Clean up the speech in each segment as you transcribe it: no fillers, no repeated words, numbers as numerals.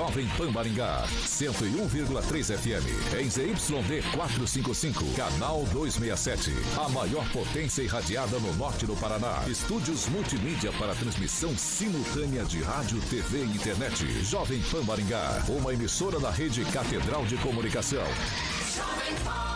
Jovem Pan Maringá, 101,3 FM, em ZYD 455, canal 267, a maior potência irradiada no norte do Paraná. Estúdios multimídia para transmissão simultânea de rádio, TV e internet. Jovem Pan Maringá, uma emissora da rede Catedral de Comunicação. Jovem Pan.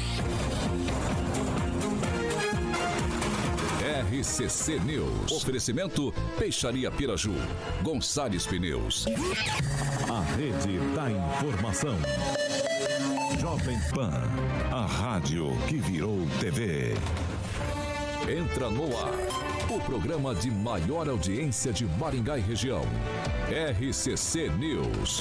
RCC News. Oferecimento Peixaria Piraju, Gonçalves Pneus. A rede da informação. Jovem Pan, a rádio que virou TV. Entra no ar, o programa de maior audiência de Maringá e região. RCC News.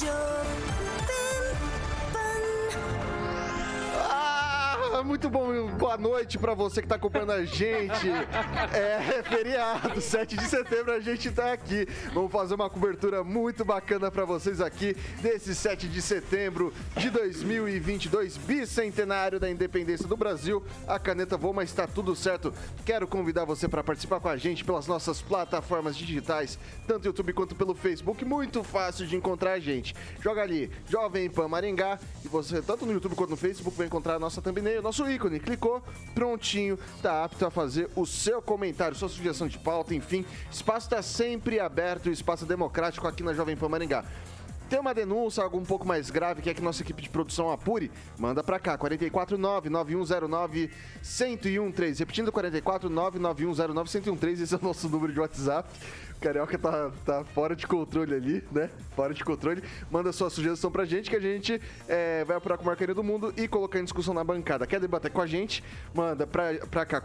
Muito bom, boa noite pra você que tá acompanhando a gente. É feriado, 7 de setembro a gente tá aqui. Vamos fazer uma cobertura muito bacana pra vocês aqui desse 7 de setembro de 2022, bicentenário da independência do Brasil. A caneta voa, mas tá tudo certo. Quero convidar você pra participar com a gente pelas nossas plataformas digitais, tanto no YouTube quanto pelo Facebook. Muito fácil de encontrar a gente. Joga ali, Jovem Pan Maringá, e você, tanto no YouTube quanto no Facebook, vai encontrar a nossa thumbnail, nosso ícone, clicou, prontinho, tá apto a fazer o seu comentário, sua sugestão de pauta, enfim, espaço está sempre aberto, o espaço democrático aqui na Jovem Pan Maringá. Tem uma denúncia, algo um pouco mais grave, que é que nossa equipe de produção apure, manda pra cá, 449-9109-1013, repetindo, 449-9109-1013, esse é o nosso número de WhatsApp. O Carioca tá fora de controle ali, né? Fora de controle. Manda sua sugestão pra gente, que a gente vai apurar com o Marcaria do Mundo e colocar em discussão na bancada. Quer debater com a gente? Manda pra cá,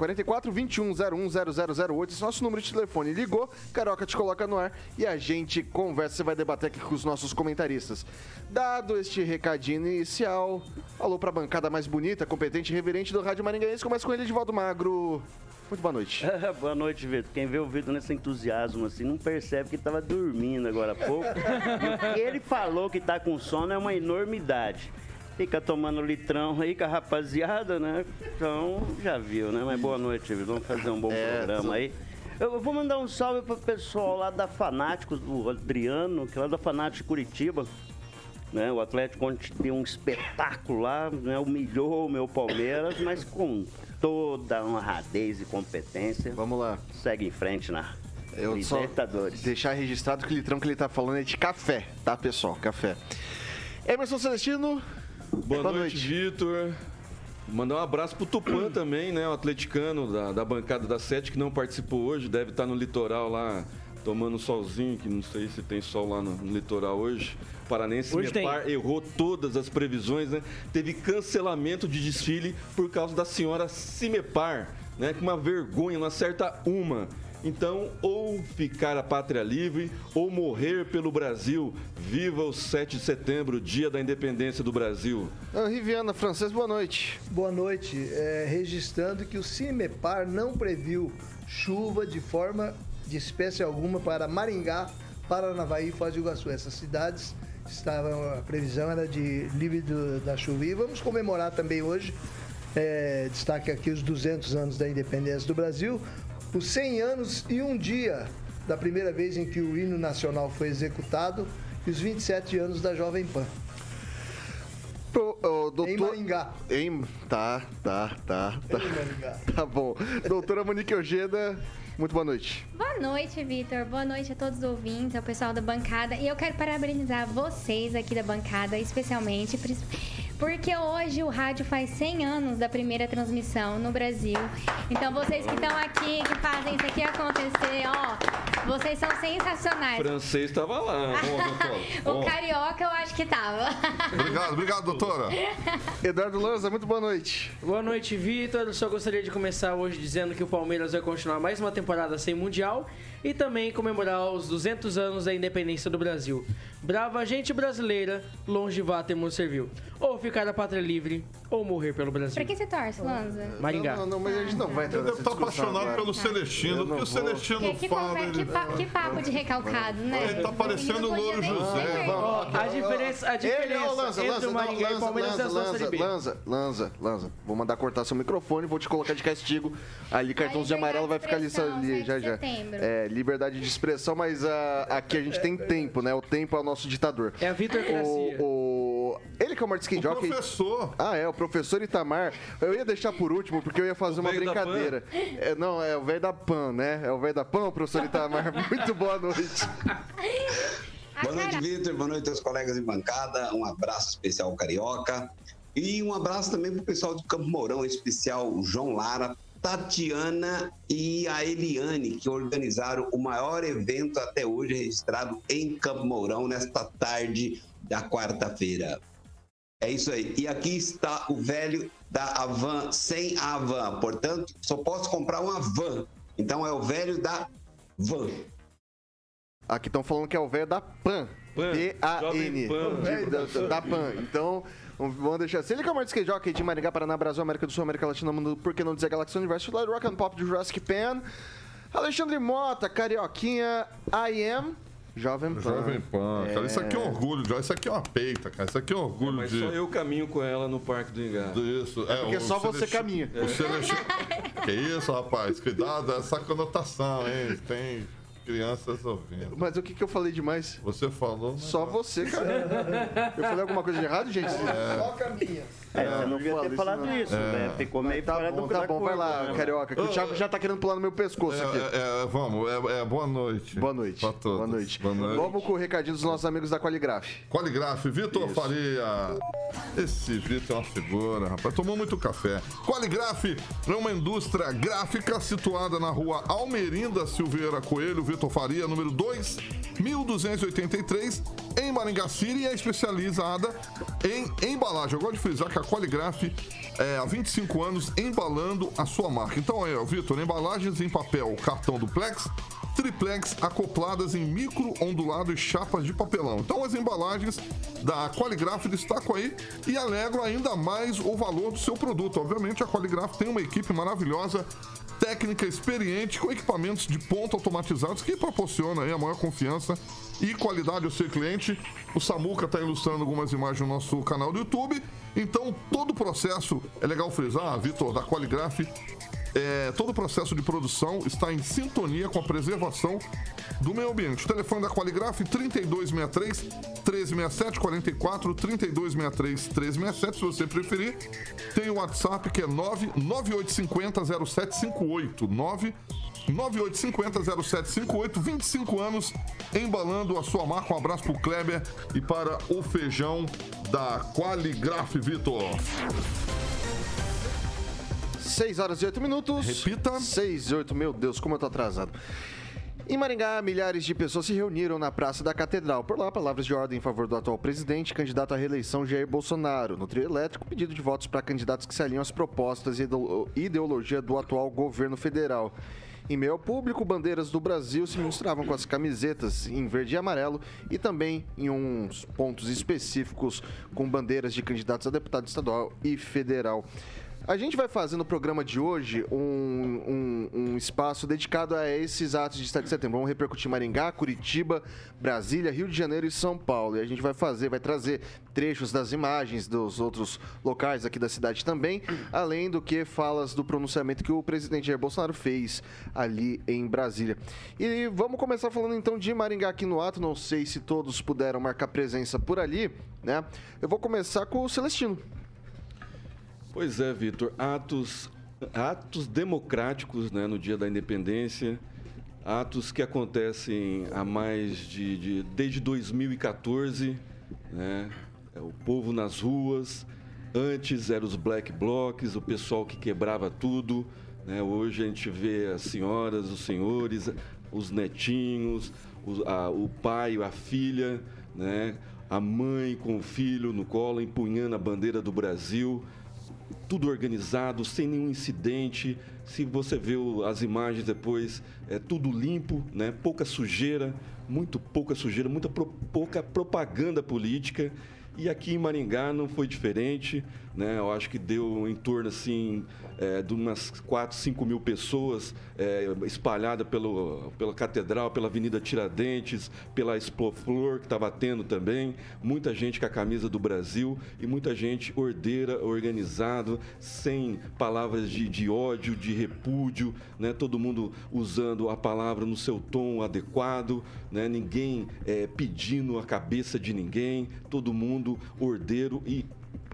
44-21-01-0008. Esse é o nosso número de telefone. Ligou, Carioca te coloca no ar e a gente conversa. Você vai debater aqui com os nossos comentaristas. Dado este recadinho inicial, alô pra bancada mais bonita, competente e reverente do Rádio Maringaense. Começa com ele, Edivaldo Magro. Muito boa noite. Boa noite, Vitor. Quem vê o Vitor nesse entusiasmo assim não percebe que estava dormindo agora há pouco. E ele falou que tá com sono é uma enormidade. Fica tomando litrão aí com a rapaziada, né? Então, já viu, né? Mas boa noite, Vitor. Vamos fazer um bom programa aí. Eu vou mandar um salve pro pessoal lá da Fanáticos, do Adriano, que é lá da Fanáticos Curitiba. Né, o Atlético ontem deu um espetáculo lá, né, humilhou o meu Palmeiras, mas com toda honradez e competência. Vamos lá. Segue em frente na Libertadores. Só deixar registrado que o litrão que ele tá falando é de café, tá, pessoal? Café. Emerson Celestino. Boa noite, Vitor. Mandar um abraço pro Tupã também, né? O atleticano da bancada da 7 que não participou hoje, deve estar no litoral lá, tomando solzinho, que não sei se tem sol lá no litoral hoje. O Paranense Mepar errou todas as previsões, né? Teve cancelamento de desfile por causa da senhora Cimepar, né? Com uma vergonha, não acerta uma. Então, ou ficar a pátria livre, ou morrer pelo Brasil. Viva o 7 de setembro, dia da independência do Brasil. Riviana Francês, boa noite. Boa noite. Registrando que o Cimepar não previu chuva de espécie alguma para Maringá, Paranavaí e Foz do Iguaçu. Essas cidades a previsão era de livre da chuva. E vamos comemorar também hoje, destaque aqui os 200 anos da independência do Brasil, os 100 anos e um dia da primeira vez em que o hino nacional foi executado e os 27 anos da Jovem Pan. Doutor... Em Maringá. Tá. Em Maringá. Tá bom. Doutora Monique Ojeda, muito boa noite. Boa noite, Vitor. Boa noite a todos os ouvintes, ao pessoal da bancada. E eu quero parabenizar vocês aqui da bancada, especialmente, porque hoje o rádio faz 100 anos da primeira transmissão no Brasil. Então, vocês que estão aqui, que fazem isso aqui acontecer, ó, vocês são sensacionais. O francês estava lá. O carioca eu acho que tava. Obrigado, doutora. Eduardo Lanza, muito boa noite. Boa noite, Vitor. Eu só gostaria de começar hoje dizendo que o Palmeiras vai continuar mais uma temporada sem Mundial e também comemorar os 200 anos da independência do Brasil. Brava gente brasileira, longe vá temor serviu. Ou ficar a pátria livre, ou morrer pelo Brasil. Pra quem você torce, Lanza? Maringá. Não, mas a gente não vai entrar Ele deve nessa estar discussão apaixonado agora. pelo Celestino, porque o Celestino fala... Que papo de recalcado, né? Ele tá parecendo o Louro José. diferença entre o Maringá e o Palmeiras é só a Série B. Lanza. Vou mandar cortar seu microfone, vou te colocar de castigo. Ali, cartãozinho amarelo vai ficar ali já. Liberdade de expressão, mas aqui a gente tem tempo, né? O tempo é o nosso ditador. É a Vitorcracia. Ele que é o Martin Jockey. O professor. O professor Itamar. Eu ia deixar por último, porque eu ia fazer uma brincadeira. É o velho da PAN, né? É o velho da PAN, o professor Itamar. Muito boa noite. Boa noite, Vitor. Boa noite aos colegas de bancada. Um abraço especial ao Carioca. E um abraço também pro pessoal do Campo Mourão, em especial o João Lara, Tatiana e a Eliane, que organizaram o maior evento até hoje registrado em Campo Mourão nesta tarde da quarta-feira. É isso aí. E aqui está o velho da Havan sem a Havan. Portanto, só posso comprar uma van. Então é o velho da van. Aqui estão falando que é o velho da PAN. P-A-N. Da PAN. Então, vamos deixar assim. Ele que é o Martin Jockey de Maringá, Paraná, Brasil, América do Sul, América Latina, Mundo, por que não dizer Galáxia Universo, Rock and Pop de Jurassic Pan. Alexandre Mota, Carioquinha, I Am... Jovem Pan. Jovem Pan, cara. Isso aqui é um orgulho, Isso aqui é uma peita, cara. Isso aqui é um orgulho mas só eu caminho com ela no Parque do Engar. Isso. Porque só você caminha. Que isso, rapaz? Cuidado, essa conotação, hein? Tem crianças ouvindo. Mas o que eu falei demais? Você falou... Só você, cara. Eu falei alguma coisa de errado, gente? Só caminha. Você não devia ter falado isso, né? Ficou meio fora do Tá bom, vai lá, Carioca, que o Thiago já tá querendo pular no meu pescoço aqui. Vamos, boa noite. Boa noite. Pra todos. Boa noite. Vamos com o recadinho dos nossos amigos da Qualigraf. Qualigraf, Vitor Faria. Esse Vitor é uma figura, rapaz. Tomou muito café. Qualigraf é uma indústria gráfica situada na rua Almerinda Silveira Coelho, Vitor Faria, número 2, 1283, em Maringá City, e é especializada em embalagem. Eu gosto de frisar que a Qualigraf há 25 anos embalando a sua marca. Então, Vitor, embalagens em papel, cartão duplex, triplex, acopladas em micro, ondulado e chapas de papelão. Então, as embalagens da Qualigraf destacam aí e alegram ainda mais o valor do seu produto. Obviamente, a Qualigraf tem uma equipe maravilhosa, técnica experiente, com equipamentos de ponta automatizados que proporcionam aí a maior confiança e qualidade ao seu cliente. O Samuca está ilustrando algumas imagens no nosso canal do YouTube. Então, todo o processo, é legal frisar, Vitor, da Qualigraf, todo o processo de produção está em sintonia com a preservação do meio ambiente. O telefone da Qualigraf, 3263-1367, 44 3263-1367, se você preferir. Tem o WhatsApp, que é 99850-0758, 9850-0758, 25 anos embalando a sua marca. Um abraço pro Kleber e para o Feijão da Qualigraf, Vitor. 6 horas e 8 minutos. Repita. 6 e 8, meu Deus, como eu tô atrasado. Em Maringá, milhares de pessoas se reuniram na Praça da Catedral. Por lá, palavras de ordem em favor do atual presidente, candidato à reeleição Jair Bolsonaro. No trio elétrico, pedido de votos para candidatos que se alinham às propostas e ideologia do atual governo federal. Em meio ao público, bandeiras do Brasil se misturavam com as camisetas em verde e amarelo e também em uns pontos específicos com bandeiras de candidatos a deputado estadual e federal. A gente vai fazer no programa de hoje um espaço dedicado a esses atos de 7 de setembro. Vamos repercutir Maringá, Curitiba, Brasília, Rio de Janeiro e São Paulo. E a gente vai trazer trechos das imagens dos outros locais aqui da cidade também, além do que falas do pronunciamento que o presidente Jair Bolsonaro fez ali em Brasília. E vamos começar falando então de Maringá aqui no ato. Não sei se todos puderam marcar presença por ali, né? Eu vou começar com o Celestino. Pois é, Vitor, atos democráticos, né, no dia da independência, atos que acontecem há mais desde 2014, né, o povo nas ruas. Antes eram os black blocs, o pessoal que quebrava tudo, né? Hoje a gente vê as senhoras, os senhores, os netinhos, o pai, a filha, né, a mãe com o filho no colo, empunhando a bandeira do Brasil. Tudo organizado, sem nenhum incidente. Se você vê as imagens depois, é tudo limpo, né? Pouca sujeira, muito pouca sujeira, pouca propaganda política. E aqui em Maringá não foi diferente, né? Eu acho que deu em torno, assim, de umas 4, 5 mil pessoas espalhadas pela Catedral, pela Avenida Tiradentes, pela Exploflor, que estava tendo também. Muita gente com a camisa do Brasil e muita gente ordeira, organizado, sem palavras de ódio, de repúdio, né? Todo mundo usando a palavra no seu tom adequado, né? Ninguém pedindo a cabeça de ninguém, todo mundo ordeiro e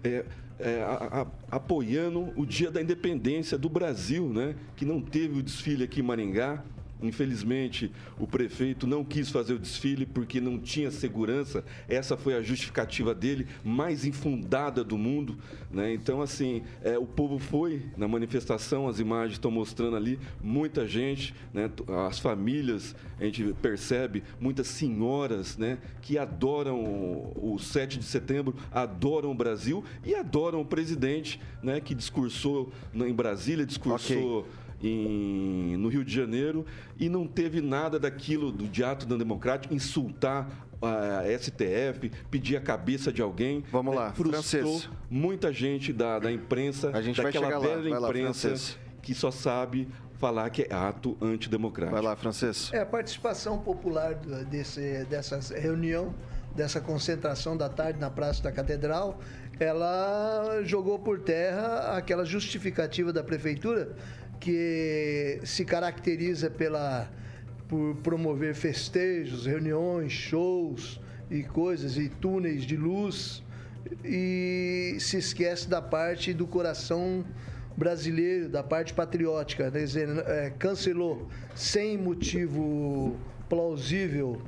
apoiando o Dia da Independência do Brasil, né? Que não teve o desfile aqui em Maringá. Infelizmente, o prefeito não quis fazer o desfile porque não tinha segurança. Essa foi a justificativa dele, mais infundada do mundo, né? Então, assim, o povo foi na manifestação, as imagens estão mostrando ali, muita gente, né? As famílias, a gente percebe, muitas senhoras, né? Que adoram o 7 de setembro, adoram o Brasil e adoram o presidente, né? Que discursou em Brasília, discursou... no Rio de Janeiro, e não teve nada daquilo de ato da democrático, insultar a STF, pedir a cabeça de alguém. Vamos lá, frustrou Francês. Muita gente da imprensa, a gente daquela vai chegar velha lá. imprensa que só sabe falar que é ato antidemocrático. Vai lá, Francês. A participação popular dessa reunião, dessa concentração da tarde na Praça da Catedral, ela jogou por terra aquela justificativa da Prefeitura que se caracteriza por promover festejos, reuniões, shows e coisas, e túneis de luz, e se esquece da parte do coração brasileiro, da parte patriótica, quer dizer, cancelou sem motivo plausível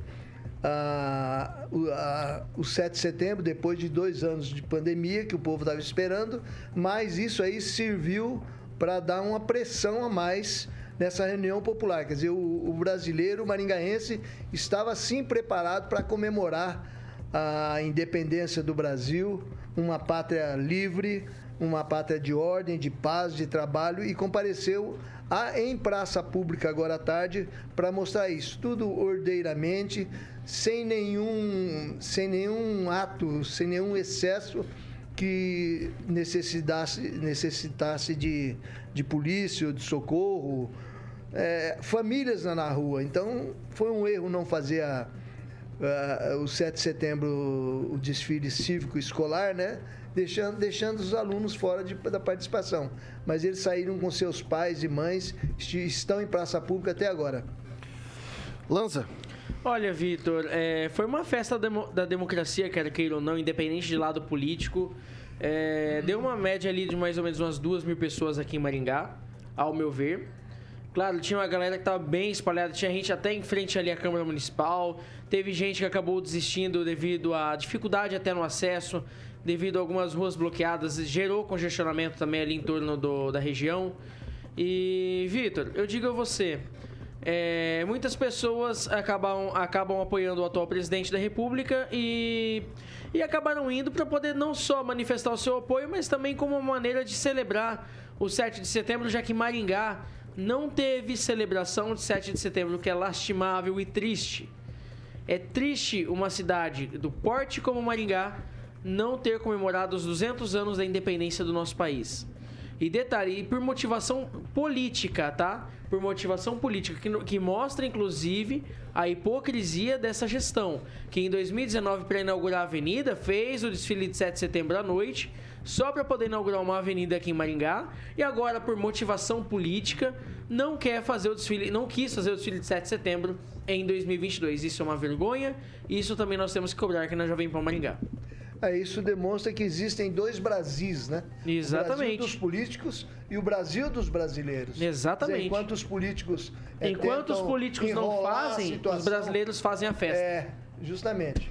o 7 de setembro, depois de 2 anos de pandemia que o povo estava esperando, mas isso aí serviu para dar uma pressão a mais nessa reunião popular. Quer dizer, o brasileiro, o maringaense, estava sim preparado para comemorar a independência do Brasil, uma pátria livre, uma pátria de ordem, de paz, de trabalho, e compareceu em praça pública agora à tarde para mostrar isso. Tudo ordeiramente, sem nenhum ato, sem nenhum excesso que necessitasse de polícia ou de socorro, famílias na rua. Então, foi um erro não fazer o 7 de setembro, o desfile cívico escolar, né? Deixando os alunos fora da participação. Mas eles saíram com seus pais e mães, estão em praça pública até agora. Lanza. Olha, Vitor, foi uma festa da democracia, quer queira ou não, independente de lado político. Deu uma média ali de mais ou menos umas 2.000 pessoas aqui em Maringá, ao meu ver. Claro, tinha uma galera que estava bem espalhada, tinha gente até em frente ali à Câmara Municipal, teve gente que acabou desistindo devido à dificuldade até no acesso, devido a algumas ruas bloqueadas, gerou congestionamento também ali em torno da região. E, Vitor, eu digo a você... muitas pessoas acabam apoiando o atual presidente da República e acabaram indo para poder não só manifestar o seu apoio, mas também como uma maneira de celebrar o 7 de setembro, já que Maringá não teve celebração de 7 de setembro, o que é lastimável e triste. É triste uma cidade do porte como Maringá não ter comemorado os 200 anos da independência do nosso país. E detalhe, por motivação política, tá? Por motivação política, que mostra, inclusive, a hipocrisia dessa gestão. Que em 2019, para inaugurar a avenida, fez o desfile de 7 de setembro à noite, só para poder inaugurar uma avenida aqui em Maringá. E agora, por motivação política, não quis fazer o desfile de 7 de setembro em 2022. Isso é uma vergonha, e isso também nós temos que cobrar aqui na Jovem Pan Maringá. Isso demonstra que existem 2 Brasis, né? Exatamente. O Brasil dos políticos e o Brasil dos brasileiros. Exatamente. Dizer, enquanto os políticos não fazem, os brasileiros fazem a festa. Justamente.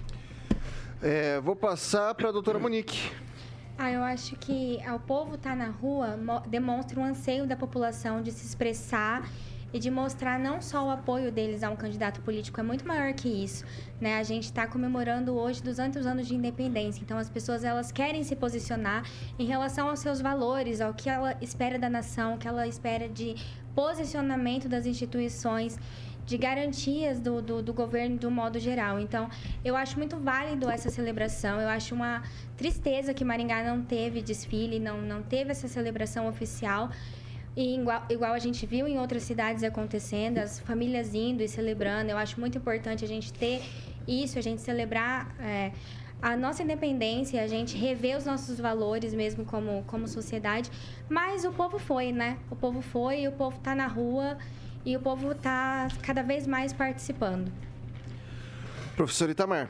Vou passar para a doutora Monique. Eu acho que o povo estar na rua demonstra um anseio da população de se expressar e de mostrar não só o apoio deles a um candidato político, é muito maior que isso, né? A gente está comemorando hoje 200 anos de independência, então as pessoas elas querem se posicionar em relação aos seus valores, ao que ela espera da nação, o que ela espera de posicionamento das instituições, de garantias do governo de um modo geral. Então, eu acho muito válido essa celebração. Eu acho uma tristeza que Maringá não teve desfile, não teve essa celebração oficial. E igual a gente viu em outras cidades acontecendo, as famílias indo e celebrando. Eu acho muito importante a gente ter isso, a gente celebrar a nossa independência, a gente rever os nossos valores mesmo como sociedade. Mas o povo foi, né? O povo foi, o povo está na rua e o povo está cada vez mais participando. Professor Itamar.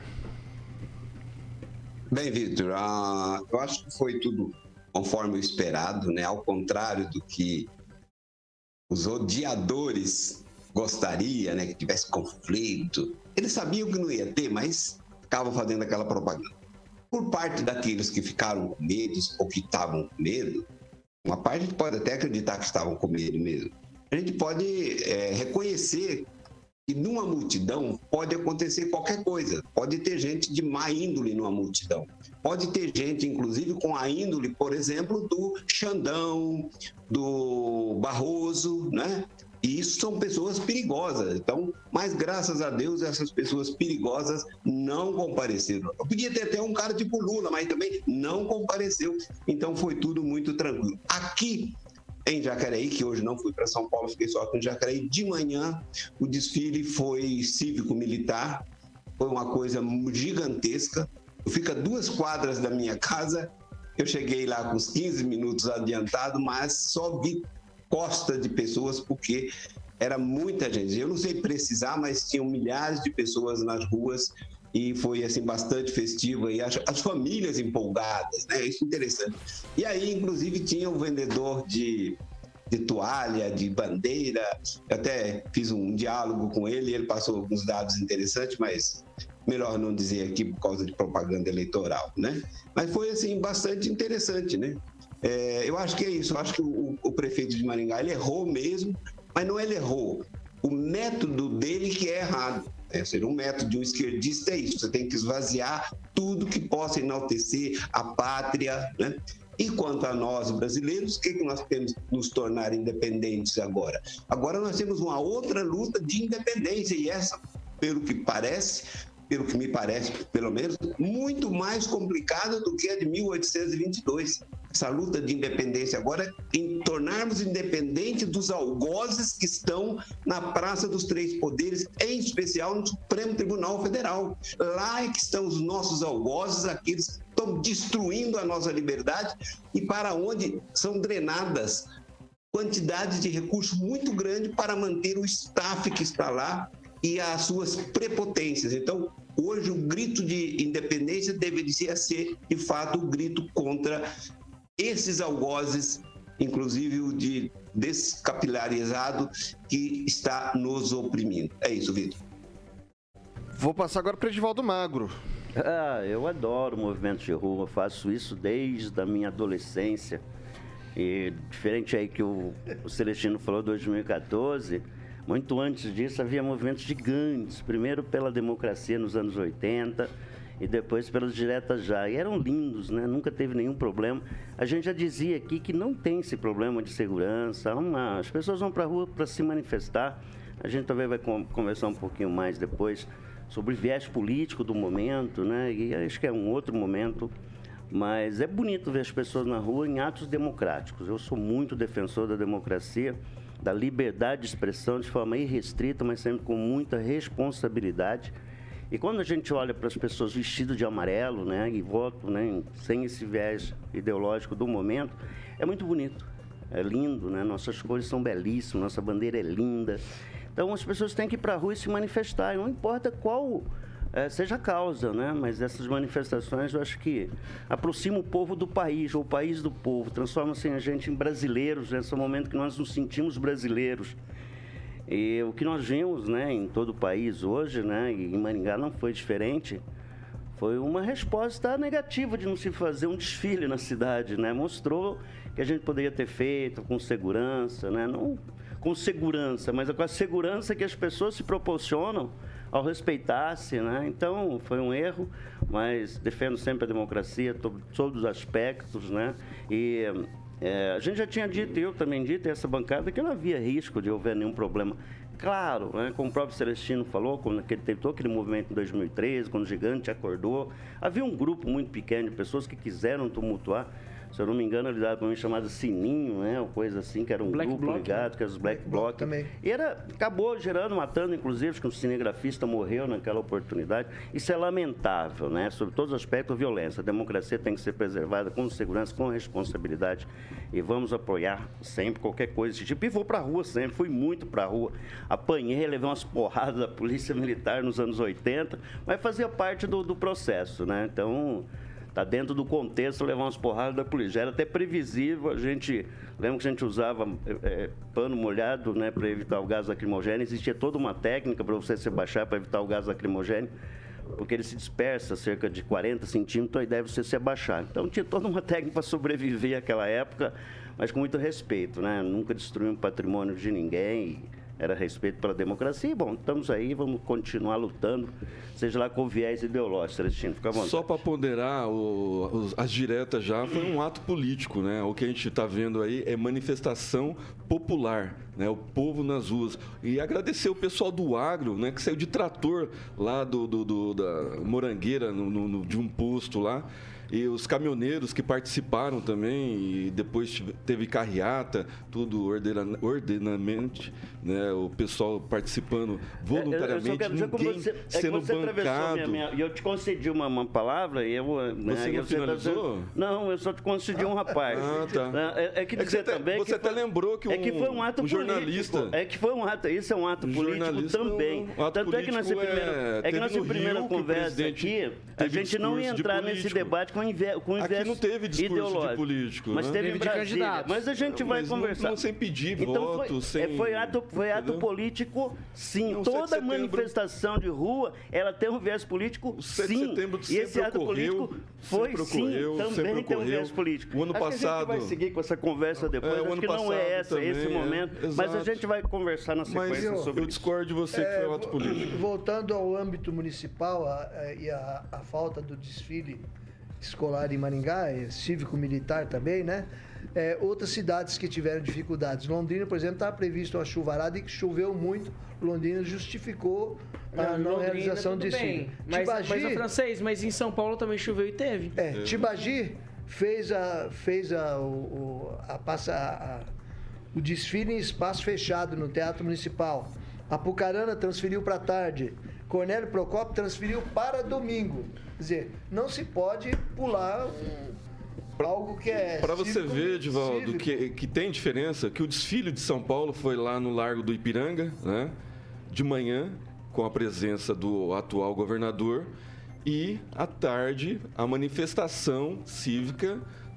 Bem, Vitor, eu acho que foi tudo conforme o esperado, né? Ao contrário do que os odiadores gostariam, né? Que tivesse conflito. Eles sabiam que não ia ter, mas ficavam fazendo aquela propaganda. Por parte daqueles que ficaram com medo ou que estavam com medo, uma parte a gente pode até acreditar que estavam com medo mesmo. A gente pode reconhecer que numa multidão pode acontecer qualquer coisa. Pode ter gente de má índole numa multidão. Pode ter gente, inclusive, com a índole, por exemplo, do Xandão, do Barroso, né? E isso são pessoas perigosas. Então, mas graças a Deus, essas pessoas perigosas não compareceram. Eu podia ter até um cara tipo Lula, mas também não compareceu. Então, foi tudo muito tranquilo. Aqui em Jacareí, que hoje não fui para São Paulo, fiquei só aqui em Jacareí, de manhã o desfile foi cívico-militar, foi uma coisa gigantesca. Eu fico a 2 quadras da minha casa, eu cheguei lá com uns 15 minutos adiantado, mas só vi costa de pessoas, porque era muita gente. Eu não sei precisar, mas tinham milhares de pessoas nas ruas e foi assim bastante festivo, e as famílias empolgadas, né? Isso é interessante. E aí, inclusive, tinha um vendedor de toalha, de bandeira. Eu até fiz um diálogo com ele, ele passou alguns dados interessantes, mas melhor não dizer aqui por causa de propaganda eleitoral, né? Mas foi assim bastante interessante, né? Eu acho que é isso. Eu acho que o prefeito de Maringá ele errou mesmo, mas não ele errou. O método dele que é errado. Ser um método de um esquerdista é isso. Você tem que esvaziar tudo que possa enaltecer a pátria, né? E quanto a nós, brasileiros, o que nós temos que nos tornar independentes agora? Agora nós temos uma outra luta de independência, e essa, pelo que me parece, pelo menos, muito mais complicada do que a de 1822. Essa luta de independência agora é em tornarmos independentes dos algozes que estão na Praça dos Três Poderes, em especial no Supremo Tribunal Federal. Lá é que estão os nossos algozes, aqueles que estão destruindo a nossa liberdade e para onde são drenadas quantidades de recursos muito grandes para manter o staff que está lá e as suas prepotências. Então, hoje o grito de independência deveria ser, de fato, o grito contra esses algozes, inclusive o de descapilarizado, que está nos oprimindo. É isso, Vitor. Vou passar agora para Edivaldo Magro. Eu adoro movimentos de rua, faço isso desde a minha adolescência. E diferente aí que o Celestino falou, 2014, muito antes disso havia movimentos gigantes, primeiro pela democracia nos anos 80 e depois pelas diretas já. E eram lindos, né? Nunca teve nenhum problema. A gente já dizia aqui que não tem esse problema de segurança. As pessoas vão para a rua para se manifestar. A gente também vai conversar um pouquinho mais depois sobre o viés político do momento, né? E acho que é um outro momento. Mas é bonito ver as pessoas na rua em atos democráticos. Eu sou muito defensor da democracia, da liberdade de expressão de forma irrestrita, mas sempre com muita responsabilidade. E quando a gente olha para as pessoas vestidas de amarelo, né, e votam, né, sem esse viés ideológico do momento, é muito bonito, é lindo, né? Nossas cores são belíssimas, nossa bandeira é linda. Então as pessoas têm que ir para a rua e se manifestar, e não importa qual seja a causa, né? Mas essas manifestações eu acho que aproximam o povo do país, ou o país do povo, transforma-se a gente em brasileiros, nesse momento que nós nos sentimos brasileiros. E o que nós vimos, né, em todo o país hoje, né, e em Maringá não foi diferente, foi uma resposta negativa de não se fazer um desfile na cidade, né? Mostrou que a gente poderia ter feito com segurança, né? Não com segurança, mas com a segurança que as pessoas se proporcionam ao respeitar-se, né? Então, foi um erro, mas defendo sempre a democracia, todos os aspectos, né? E a gente já tinha dito, eu também dito, essa bancada, que não havia risco de houver nenhum problema. Claro, né, como o próprio Celestino falou, quando teve todo aquele movimento em 2013, quando o Gigante acordou, havia um grupo muito pequeno de pessoas que quiseram tumultuar. Se eu não me engano, eles davam para mim chamado Sininho, né? Ou coisa assim, que era um Black grupo Bloc, ligado, que era os Black Bloc. Também. E acabou gerando, matando, inclusive, acho que um cinegrafista morreu naquela oportunidade. Isso é lamentável, né? Sobre todos os aspectos, a violência. A democracia tem que ser preservada com segurança, com responsabilidade. E vamos apoiar sempre qualquer coisa desse tipo. E vou para a rua sempre, fui muito para a rua. Apanhei, levei umas porradas da Polícia Militar nos anos 80, mas fazia parte do processo, né? Então... Está dentro do contexto levar umas porradas da polícia. Já era até previsível, lembra que a gente usava pano molhado, né, para evitar o gás lacrimogêneo. Existia toda uma técnica para você se abaixar para evitar o gás lacrimogêneo, porque ele se dispersa cerca de 40 centímetros, aí deve você se abaixar. Então tinha toda uma técnica para sobreviver àquela época, mas com muito respeito, né? Nunca destruímos patrimônio de ninguém. Era respeito pela democracia. E, bom, estamos aí, vamos continuar lutando, seja lá com viés ideológicos, Celestino, fica à vontade. Só para ponderar, as diretas já foi um ato político, né? O que a gente está vendo aí é manifestação popular, né? O povo nas ruas. E agradecer o pessoal do agro, né? Que saiu de trator lá da Morangueira, de um posto lá. E os caminhoneiros que participaram também, e depois teve carreata, tudo ordenamente, né? O pessoal participando voluntariamente, ninguém sendo bancado. E eu te concedi uma palavra e eu... Você não finalizou? Não, eu só te concedi um rapaz. Ah, tá. Você até lembrou que foi um ato jornalista... É que foi um ato, isso é um ato político também. Tanto é que nessa primeira conversa aqui, a gente não ia entrar nesse debate com aqui não teve discurso de político, mas né? teve em Brasília. Mas a gente vai conversar. Não sem pedir então, voto, foi ato político, sim. Não, toda manifestação de rua, ela tem um viés político, sim. E esse ato político foi, sim, também tem um viés político. O ano passado... A gente vai seguir com essa conversa depois. Acho que não é esse momento. Mas a gente vai conversar na sequência sobre isso. Eu discordo de você que foi um ato político. Voltando ao âmbito municipal e a falta do desfile escolar em Maringá, cívico-militar também, né? Outras cidades que tiveram dificuldades. Londrina, por exemplo, estava previsto uma chuvarada e que choveu muito. Londrina justificou a não realização do desfile. Mas o francês, mas em São Paulo também choveu e teve. Tibagi fez o desfile em espaço fechado no Teatro Municipal. Apucarana transferiu para tarde. Cornélio Procópio transferiu para domingo. Quer dizer, não se pode pular algo que é... Para você ver, Divaldo, que tem diferença, que o desfile de São Paulo foi lá no Largo do Ipiranga, né, de manhã, com a presença do atual governador, e, à tarde, a manifestação cívica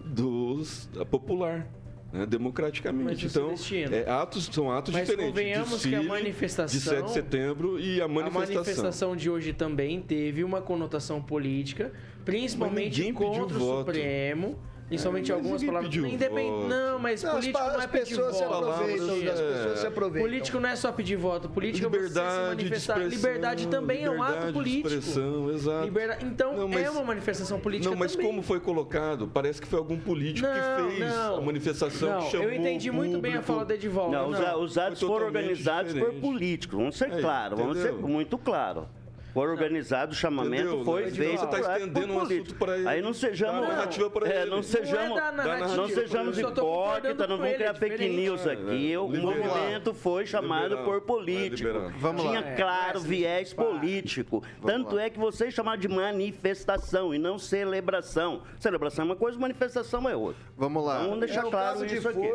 popular. Democraticamente. Então, são atos mas diferentes. Convenhamos que a manifestação... de 7 de setembro e a manifestação. A manifestação de hoje também teve uma conotação política, principalmente contra o Supremo. Principalmente algumas palavras. Não, mas político não é pedir voto. As pessoas se aproveitam. Político não é só pedir voto. Político é você se manifestar. Liberdade também é um ato político. Exato. Então, é uma manifestação política também. Não, mas como foi colocado? Parece que foi algum político que fez a manifestação, que chamou eu entendi muito bem a fala do Edivaldo. Os atos foram organizados por políticos. Vamos ser claros, vamos ser muito claros. Foi organizado, o chamamento foi feito. Você está estendendo um assunto para ele. Aí não sejamos. Não sejamos hipócritas, não vamos criar fake news aqui. O movimento foi chamado por político. Tinha claro viés político. Tanto é que vocês chamaram de manifestação e não celebração. Celebração é uma coisa, manifestação é outra. Vamos lá. Vamos deixar claro isso aqui.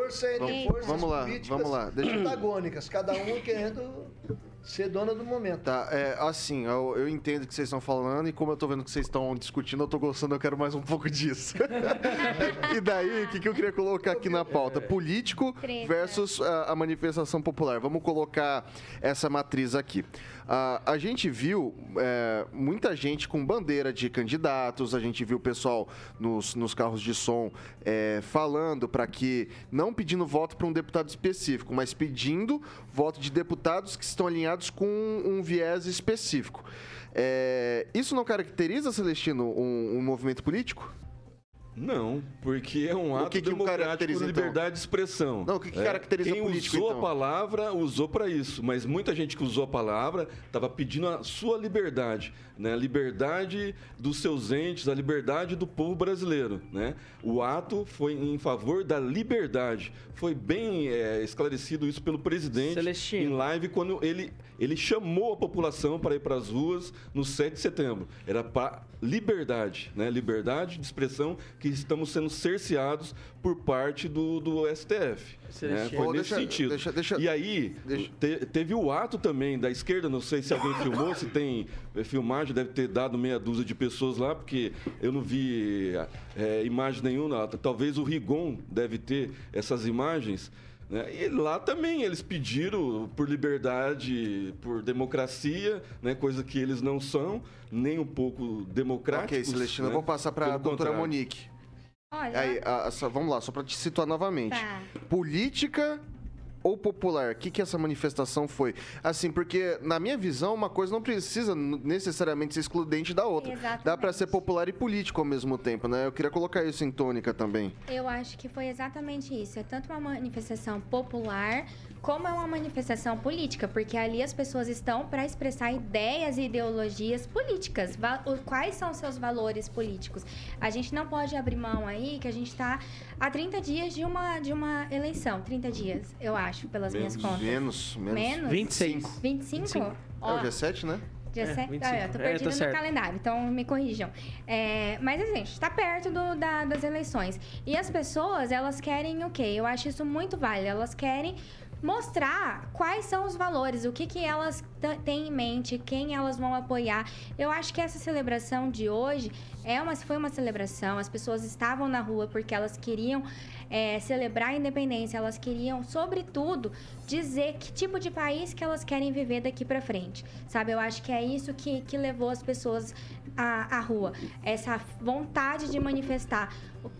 Vamos lá. Deixa antagônicas, cada um querendo ser dona do momento. Tá, assim, eu entendo o que vocês estão falando e como eu tô vendo que vocês estão discutindo, eu tô gostando, eu quero mais um pouco disso. E daí, o que eu queria colocar aqui na pauta? Político versus a manifestação popular. Vamos colocar essa matriz aqui. A gente viu muita gente com bandeira de candidatos, a gente viu o pessoal nos carros de som falando para que, não pedindo voto para um deputado específico, mas pedindo voto de deputados que estão alinhados com um viés específico. Isso não caracteriza, Celestino, um movimento político? Não, porque é um ato que democrático caracteriza, de liberdade de expressão. Não, o que caracteriza Quem político, usou então? a palavra, usou para isso. Mas muita gente que usou a palavra estava pedindo a sua liberdade, né? A liberdade dos seus entes, a liberdade do povo brasileiro, né? O ato foi em favor da liberdade. Foi bem esclarecido isso pelo presidente Celestino. em live quando ele chamou a população para ir para as ruas no 7 de setembro. Era para liberdade, né? Liberdade de expressão que estamos sendo cerceados por parte do STF. Né? Foi nesse sentido. E aí, teve o ato também da esquerda, não sei se alguém filmou, se tem filmagem, deve ter dado meia dúzia de pessoas lá, porque eu não vi imagem nenhuma. Talvez o Rigon deve ter essas imagens. E lá também eles pediram por liberdade, por democracia, né, coisa que eles não são, nem um pouco democráticos. Ok, Celestina, né? eu vou passar para a doutora contrário. Monique. Olha, Aí, vamos lá, só para te situar novamente. Tá. Política ou popular? O que essa manifestação foi? Assim, porque, na minha visão, uma coisa não precisa necessariamente ser excludente da outra. Exatamente. Dá para ser popular e político ao mesmo tempo, né? Eu queria colocar isso em tônica também. eu acho que foi exatamente isso. É tanto uma manifestação popular como é uma manifestação política, porque ali as pessoas estão para expressar ideias e ideologias políticas. Quais são os seus valores políticos? A gente não pode abrir mão aí que a gente está a 30 dias de uma eleição. 30 dias, eu acho, pelas minhas contas. Menos. 26. 25? É o dia 7, né? Dia 7? 25. Eu tô perdida tá no certo. calendário, então me corrijam. Mas assim, a gente tá perto das eleições. E as pessoas, elas querem o quê? Eu acho isso muito válido. Elas querem mostrar quais são os valores, o que elas têm em mente, quem elas vão apoiar. Eu acho que essa celebração de hoje foi uma celebração, as pessoas estavam na rua porque elas queriam celebrar a independência, elas queriam, sobretudo, dizer que tipo de país que elas querem viver daqui para frente, sabe? Eu acho que é isso que levou as pessoas à rua, essa vontade de manifestar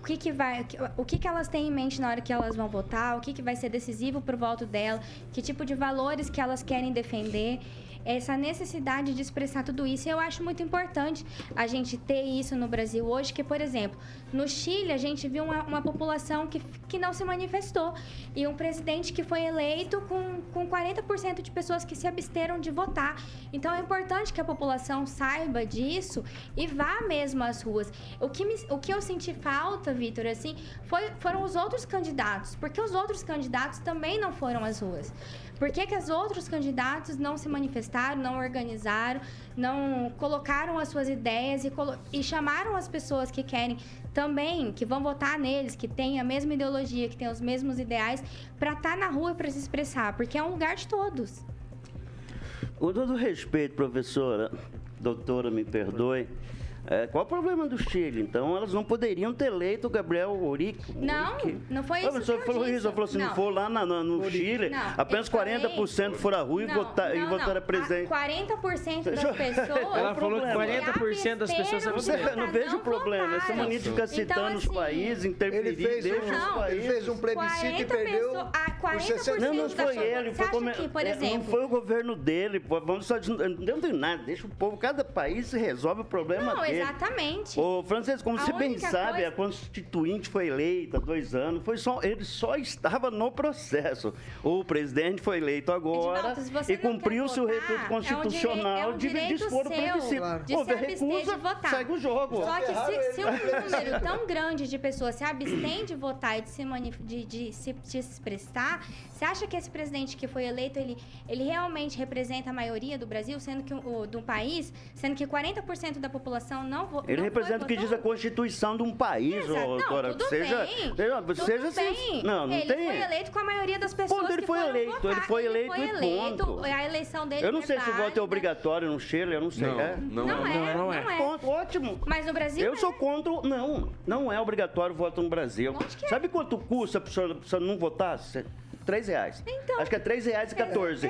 o que elas têm em mente na hora que elas vão votar, o que vai ser decisivo pro voto dela, que tipo de valores que elas querem defender. Essa necessidade de expressar tudo isso, eu acho muito importante a gente ter isso no Brasil hoje, que, por exemplo, no Chile a gente viu uma população que não se manifestou e um presidente que foi eleito com 40% de pessoas que se absteram de votar. Então é importante que a população saiba disso e vá mesmo às ruas. O que eu senti falta, Vitor, assim, foram os outros candidatos, porque os outros candidatos também não foram às ruas. Por que os outros candidatos não se manifestaram, não organizaram, não colocaram as suas ideias e chamaram as pessoas que querem também, que vão votar neles, que têm a mesma ideologia, que têm os mesmos ideais, para estar na rua para se expressar, porque é um lugar de todos. Com todo respeito, professora, doutora, me perdoe, qual o problema do Chile? Então, elas não poderiam ter eleito o Gabriel Boric. Não foi isso. A pessoa falou isso, ela falou assim, não for lá no Chile, apenas 40% foram à rua e votaram a presidente. 40% das pessoas... Ela falou que 40% das pessoas Não vejo problema. Essa mania de ficar citando os países, interferir, deixa os países. Ele fez um plebiscito e perdeu por 60%. Não foi ele. Não foi o governo dele. Vamos só não tem nada. Deixa o povo, cada país se resolve o problema dele. Exatamente. Ô, Francesco, como você bem sabe, a Constituinte foi eleita há 2 anos, ele só estava no processo. O presidente foi eleito agora e cumpriu o seu requisito constitucional de dispor o plebiscito. Houve recusa, segue o jogo. Só que se um número tão grande de pessoas se abstém de votar e de se expressar, você acha que esse presidente que foi eleito, ele realmente representa a maioria do Brasil, sendo que do país, sendo que 40% da população não votou? Ele representa o que diz a Constituição de um país, doutora. Tudo bem. Não ele tem. foi eleito com a maioria das pessoas Ele foi eleito e ponto. A eleição dele Eu não sei se o voto é obrigatório no Chile, eu não sei. Não é. Ponto, ótimo. Mas no Brasil eu sou contra. Não é obrigatório o voto no Brasil. Sabe quanto custa pra você não votar? R$3. Então, acho que é R$3,14.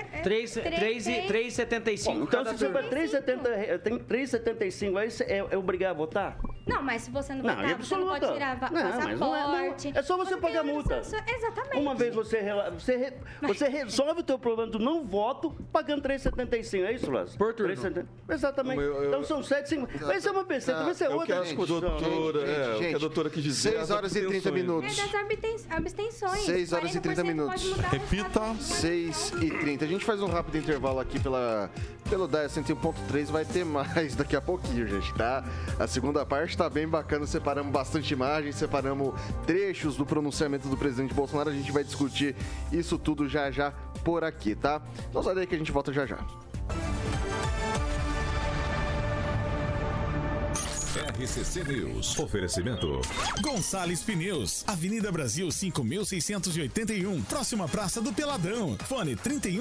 R$3,75. Então, se você vai R$3,75, aí é obrigar a votar? Não, mas se você não quitar, você não pode tirar passaporte. É só você pagar multa. Exatamente. Uma vez você resolve o teu problema do não voto pagando R$3,75, é isso, Lázaro? Por turno. Exatamente. Então são 7,5. Vai ser uma peseta, vai ser outra. Eu que a doutora quis dizer. 6 horas e 30 minutos. É das abstenções. 6 horas e 30 minutos. Repita. 6 e 30. A gente faz um rápido intervalo aqui pelo 10 101.3. Vai ter mais daqui a pouquinho, gente, tá? A segunda parte tá bem bacana. Separamos bastante imagem, separamos trechos do pronunciamento do presidente Bolsonaro. A gente vai discutir isso tudo já por aqui, tá? Então sai daí que a gente volta já. RCC News. Oferecimento. Gonçalves Pneus, Avenida Brasil 5.681, próxima Praça do Peladão. Fone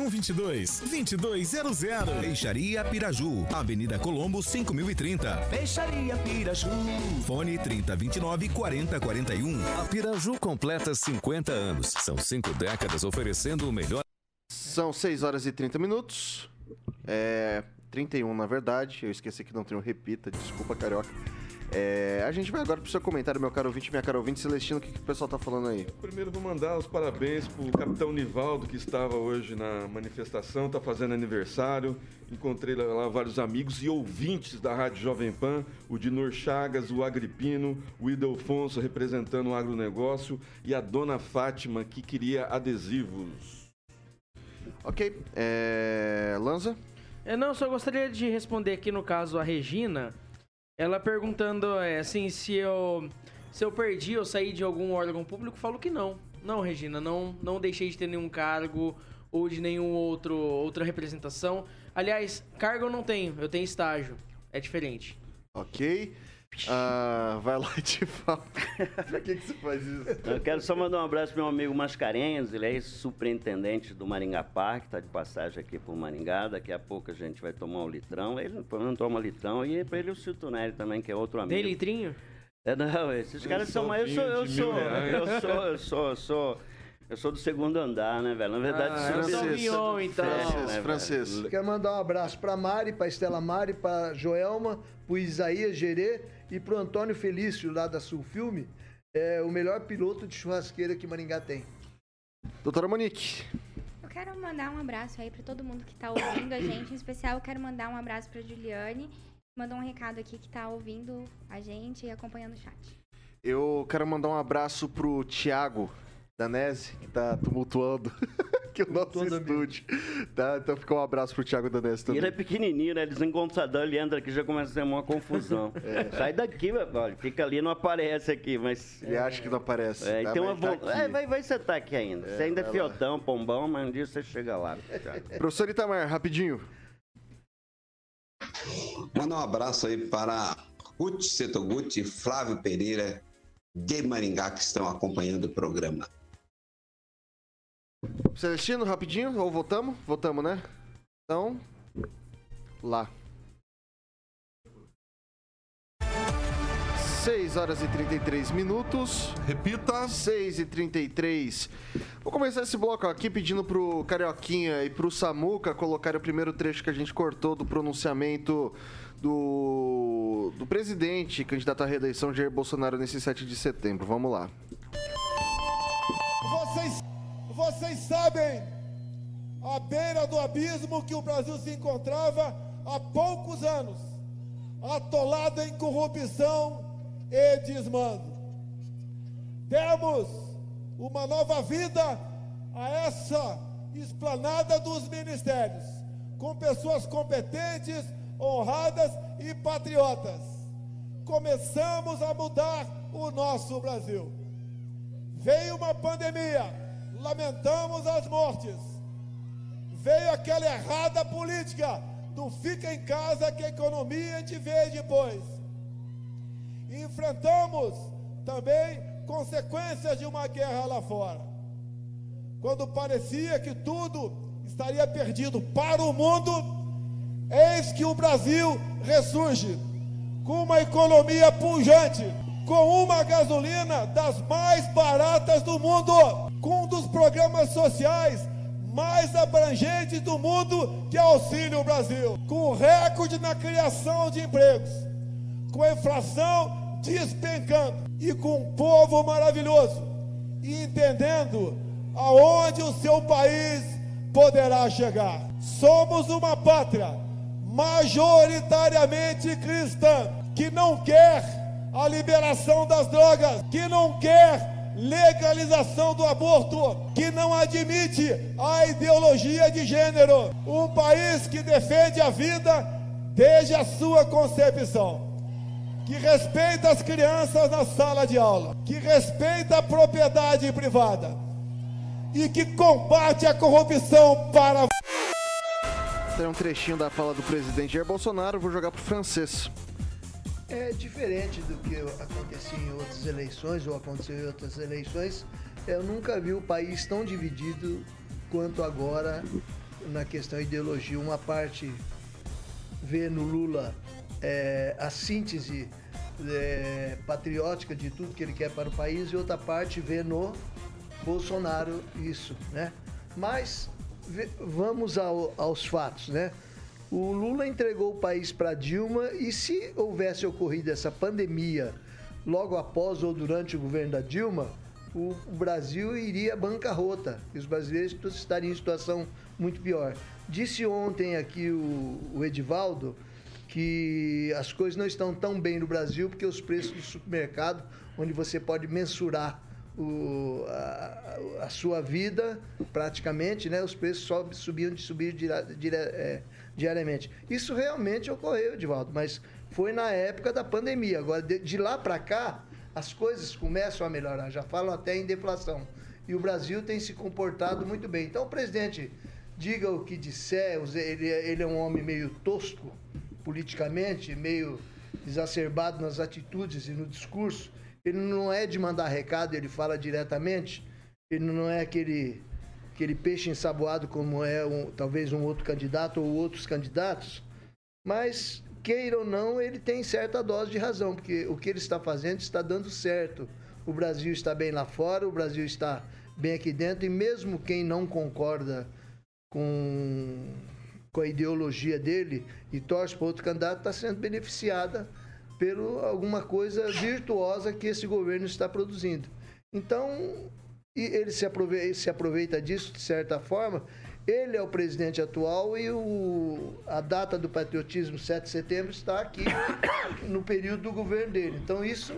3122-2200. Peixaria Piraju, Avenida Colombo 5030. Peixaria Piraju. Fone 3029-4041. A Piraju completa 50 anos. São 5 décadas oferecendo o melhor. São 6 horas e 30 minutos. 31, na verdade. Eu esqueci que não tem um repita. Desculpa, Carioca. A gente vai agora pro seu comentário, meu caro ouvinte, minha cara ouvinte. Celestino, o que o pessoal tá falando aí? Primeiro vou mandar os parabéns pro capitão Nivaldo, que estava hoje na manifestação, tá fazendo aniversário. Encontrei lá vários amigos e ouvintes da Rádio Jovem Pan, o Dinor Chagas, o Agripino, o Idelfonso representando o agronegócio e a dona Fátima, que queria adesivos. Ok. Lanza? Não, só gostaria de responder aqui, no caso, a Regina. Ela perguntando, assim, se eu perdi ou saí de algum órgão público, falo que não. Não, Regina, não deixei de ter nenhum cargo ou de outra representação. Aliás, cargo eu não tenho, eu tenho estágio. É diferente. Ok. Vai lá e te fala. Por que você faz isso? Eu quero só mandar um abraço pro meu amigo Mascarenhas, ele é superintendente do Maringá Parque, tá de passagem aqui por Maringá, daqui a pouco a gente vai tomar um litrão, ele não toma litrão, e para ele o Siltonelli também, que é outro amigo. Tem litrinho? Não, esses caras são mais... Eu sou do segundo andar, né, velho? Na verdade, francês. Quero mandar um abraço pra Mari, pra Estela Mari, pra Joelma, pro Isaías Gerê e pro Antônio Felício, lá da Sul Filme. É o melhor piloto de churrasqueira que Maringá tem. Doutora Monique. Eu quero mandar um abraço aí pra todo mundo que tá ouvindo a gente. Em especial, eu quero mandar um abraço pra Juliane. Mandou um recado aqui que tá ouvindo a gente e acompanhando o chat. Eu quero mandar um abraço pro Thiago Danese, que tá tumultuando aqui o nosso estúdio. Tá? Então fica um abraço pro Thiago Danese também. E ele é pequenininho, né? Desencontrador, ele entra aqui e já começa a ser uma confusão. Sai daqui, olha, fica ali, não aparece aqui, mas... Ele acha que não aparece. Então vai sentar aqui ainda. Você ainda é fiotão, pombão, mas um dia você chega lá. Professor Itamar, rapidinho. Manda um abraço aí para Ruth Setoguchi e Flávio Pereira de Maringá, que estão acompanhando o programa. Celestino, rapidinho, ou votamos? Votamos, né? Então, lá. 6 horas e 33 minutos. Repita. 6 e 33. Vou começar esse bloco aqui pedindo pro Carioquinha e pro Samuca colocarem o primeiro trecho que a gente cortou do pronunciamento do presidente, candidato à reeleição, Jair Bolsonaro, nesse 7 de setembro. Vamos lá. Vocês sabem a beira do abismo que o Brasil se encontrava há poucos anos, atolado em corrupção e desmando. Demos uma nova vida a essa esplanada dos ministérios, com pessoas competentes, honradas e patriotas. Começamos a mudar o nosso Brasil. Veio uma pandemia, lamentamos as mortes. Veio aquela errada política do fica em casa que a economia a gente vê depois. Enfrentamos também consequências de uma guerra lá fora. Quando parecia que tudo estaria perdido para o mundo, eis que o Brasil ressurge com uma economia pujante, com uma gasolina das mais baratas do mundo, com um dos programas sociais mais abrangentes do mundo, que é Auxílio Brasil, com recorde na criação de empregos, com a inflação despencando e com um povo maravilhoso e entendendo aonde o seu país poderá chegar. Somos uma pátria majoritariamente cristã que não quer a liberação das drogas, que não quer legalização do aborto, que não admite a ideologia de gênero. Um país que defende a vida desde a sua concepção, que respeita as crianças na sala de aula, que respeita a propriedade privada e que combate a corrupção para... Tem um trechinho da fala do presidente Jair Bolsonaro, vou jogar pro francês. É diferente do que acontecia em outras eleições, ou aconteceu em outras eleições. Eu nunca vi o país tão dividido quanto agora na questão de ideologia. Uma parte vê no Lula a síntese patriótica de tudo que ele quer para o país, e outra parte vê no Bolsonaro isso, né? Mas vamos aos fatos, né? O Lula entregou o país para Dilma, e se houvesse ocorrido essa pandemia logo após ou durante o governo da Dilma, o Brasil iria à bancarrota e os brasileiros estariam em situação muito pior. Disse ontem aqui o Edivaldo que as coisas não estão tão bem no Brasil porque os preços do supermercado, onde você pode mensurar a sua vida praticamente, né? Os preços subiam diariamente. Isso realmente ocorreu, Edivaldo, mas foi na época da pandemia. Agora, de lá para cá, as coisas começam a melhorar, já falam até em deflação. E o Brasil tem se comportado muito bem. Então, o presidente, diga o que disser, ele é um homem meio tosco politicamente, meio exacerbado nas atitudes e no discurso. Ele não é de mandar recado, ele fala diretamente. Ele não é aquele peixe ensaboado como é talvez um outro candidato ou outros candidatos. Mas, queira ou não, ele tem certa dose de razão, porque o que ele está fazendo está dando certo. O Brasil está bem lá fora, o Brasil está bem aqui dentro, e mesmo quem não concorda com a ideologia dele e torce para outro candidato, está sendo beneficiada por alguma coisa virtuosa que esse governo está produzindo. Então, ele se aproveita disso de certa forma. Ele é o presidente atual e a data do patriotismo, 7 de setembro, está aqui no período do governo dele. Então, isso...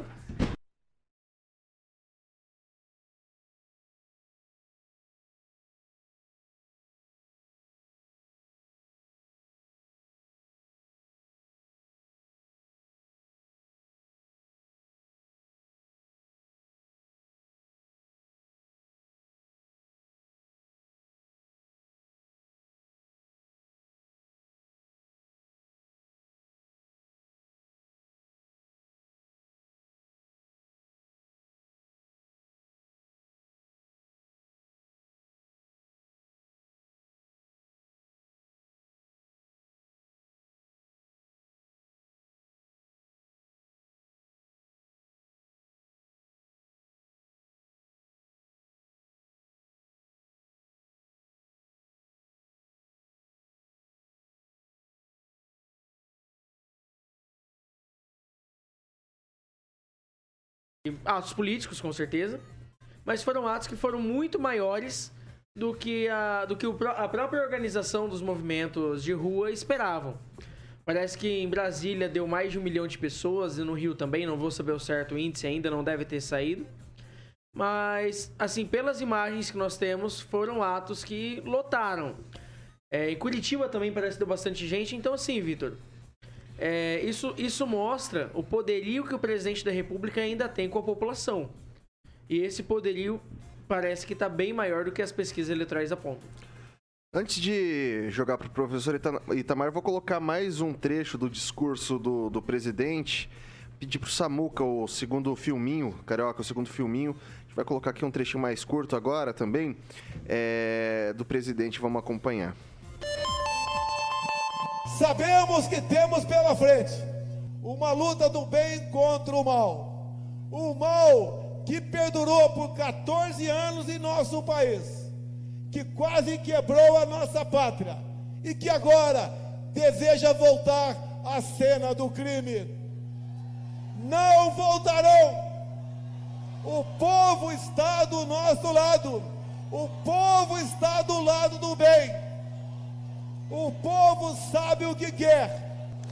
Atos políticos, com certeza, mas foram atos que foram muito maiores do que a própria organização dos movimentos de rua esperavam. Parece que em Brasília deu mais de 1 milhão de pessoas, e no Rio também, não vou saber o certo índice ainda, não deve ter saído. Mas, assim, pelas imagens que nós temos, foram atos que lotaram. Em Curitiba também parece que deu bastante gente. Então, assim, Vitor, isso mostra o poderio que o presidente da República ainda tem com a população. E esse poderio parece que está bem maior do que as pesquisas eleitorais apontam. Antes de jogar para o professor Itamar, eu vou colocar mais um trecho do discurso do presidente. Pedir para o Samuca o segundo filminho, Carioca, o segundo filminho. A gente vai colocar aqui um trechinho mais curto agora também, do presidente. Vamos acompanhar. Sabemos que temos pela frente uma luta do bem contra o mal. O mal que perdurou por 14 anos em nosso país, que quase quebrou a nossa pátria e que agora deseja voltar à cena do crime. não voltarão. O povo está do nosso lado. O povo está do lado do bem. O povo sabe o que quer.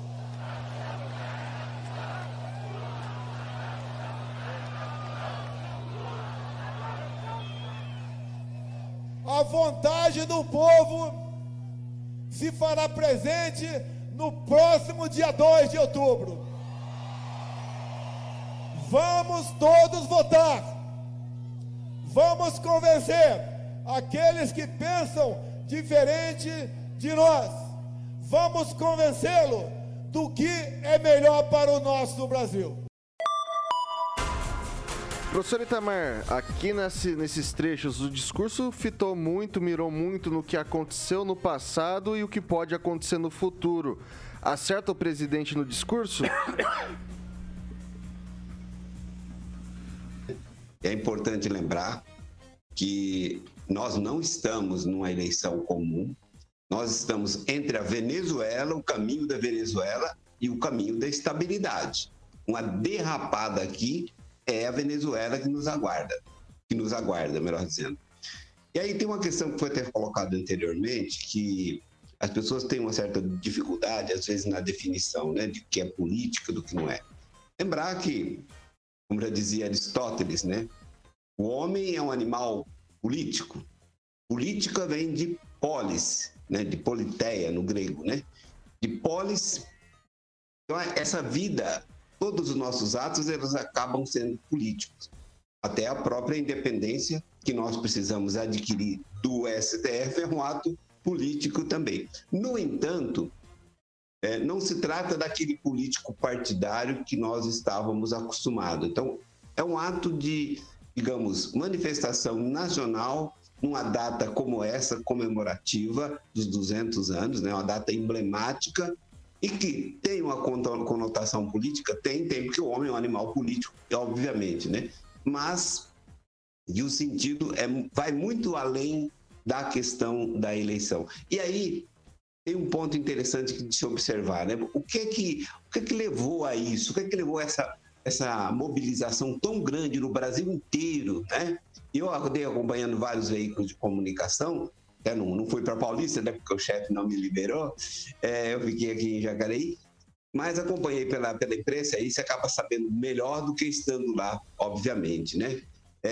A vontade do povo se fará presente no próximo dia 2 de outubro. Vamos todos votar. Vamos convencer aqueles que pensam diferente de nós. Vamos convencê-lo do que é melhor para o nosso Brasil. Professor Itamar, aqui nesses trechos, o discurso mirou muito no que aconteceu no passado e o que pode acontecer no futuro. Acerta o presidente no discurso? É importante lembrar que nós não estamos numa eleição comum. Nós estamos entre a Venezuela, o caminho da Venezuela e o caminho da estabilidade. Uma derrapada aqui é a Venezuela que nos aguarda, melhor dizendo. E aí tem uma questão que foi até colocada anteriormente, que as pessoas têm uma certa dificuldade, às vezes, na definição, né, de que é política, do que não é. Lembrar que, como já dizia Aristóteles, né, o homem é um animal político. Política vem de polis, né, de politeia no grego, né? De polis. Então, essa vida, todos os nossos atos, eles acabam sendo políticos. Até a própria independência que nós precisamos adquirir do STF é um ato político também. No entanto, não se trata daquele político partidário que nós estávamos acostumados. Então, é um ato de, digamos, manifestação nacional numa data como essa, comemorativa dos 200 anos, né? Uma data emblemática e que tem uma conotação política, tem, porque o homem é um animal político, obviamente, né? Mas e o sentido vai muito além da questão da eleição. E aí tem um ponto interessante de se observar, né? O que é que levou a isso? O que é que levou a essa mobilização tão grande no Brasil inteiro, né? Eu andei acompanhando vários veículos de comunicação, não fui para Paulista, né, porque o chefe não me liberou, eu fiquei aqui em Jacareí, mas acompanhei pela imprensa, aí você acaba sabendo melhor do que estando lá, obviamente, né?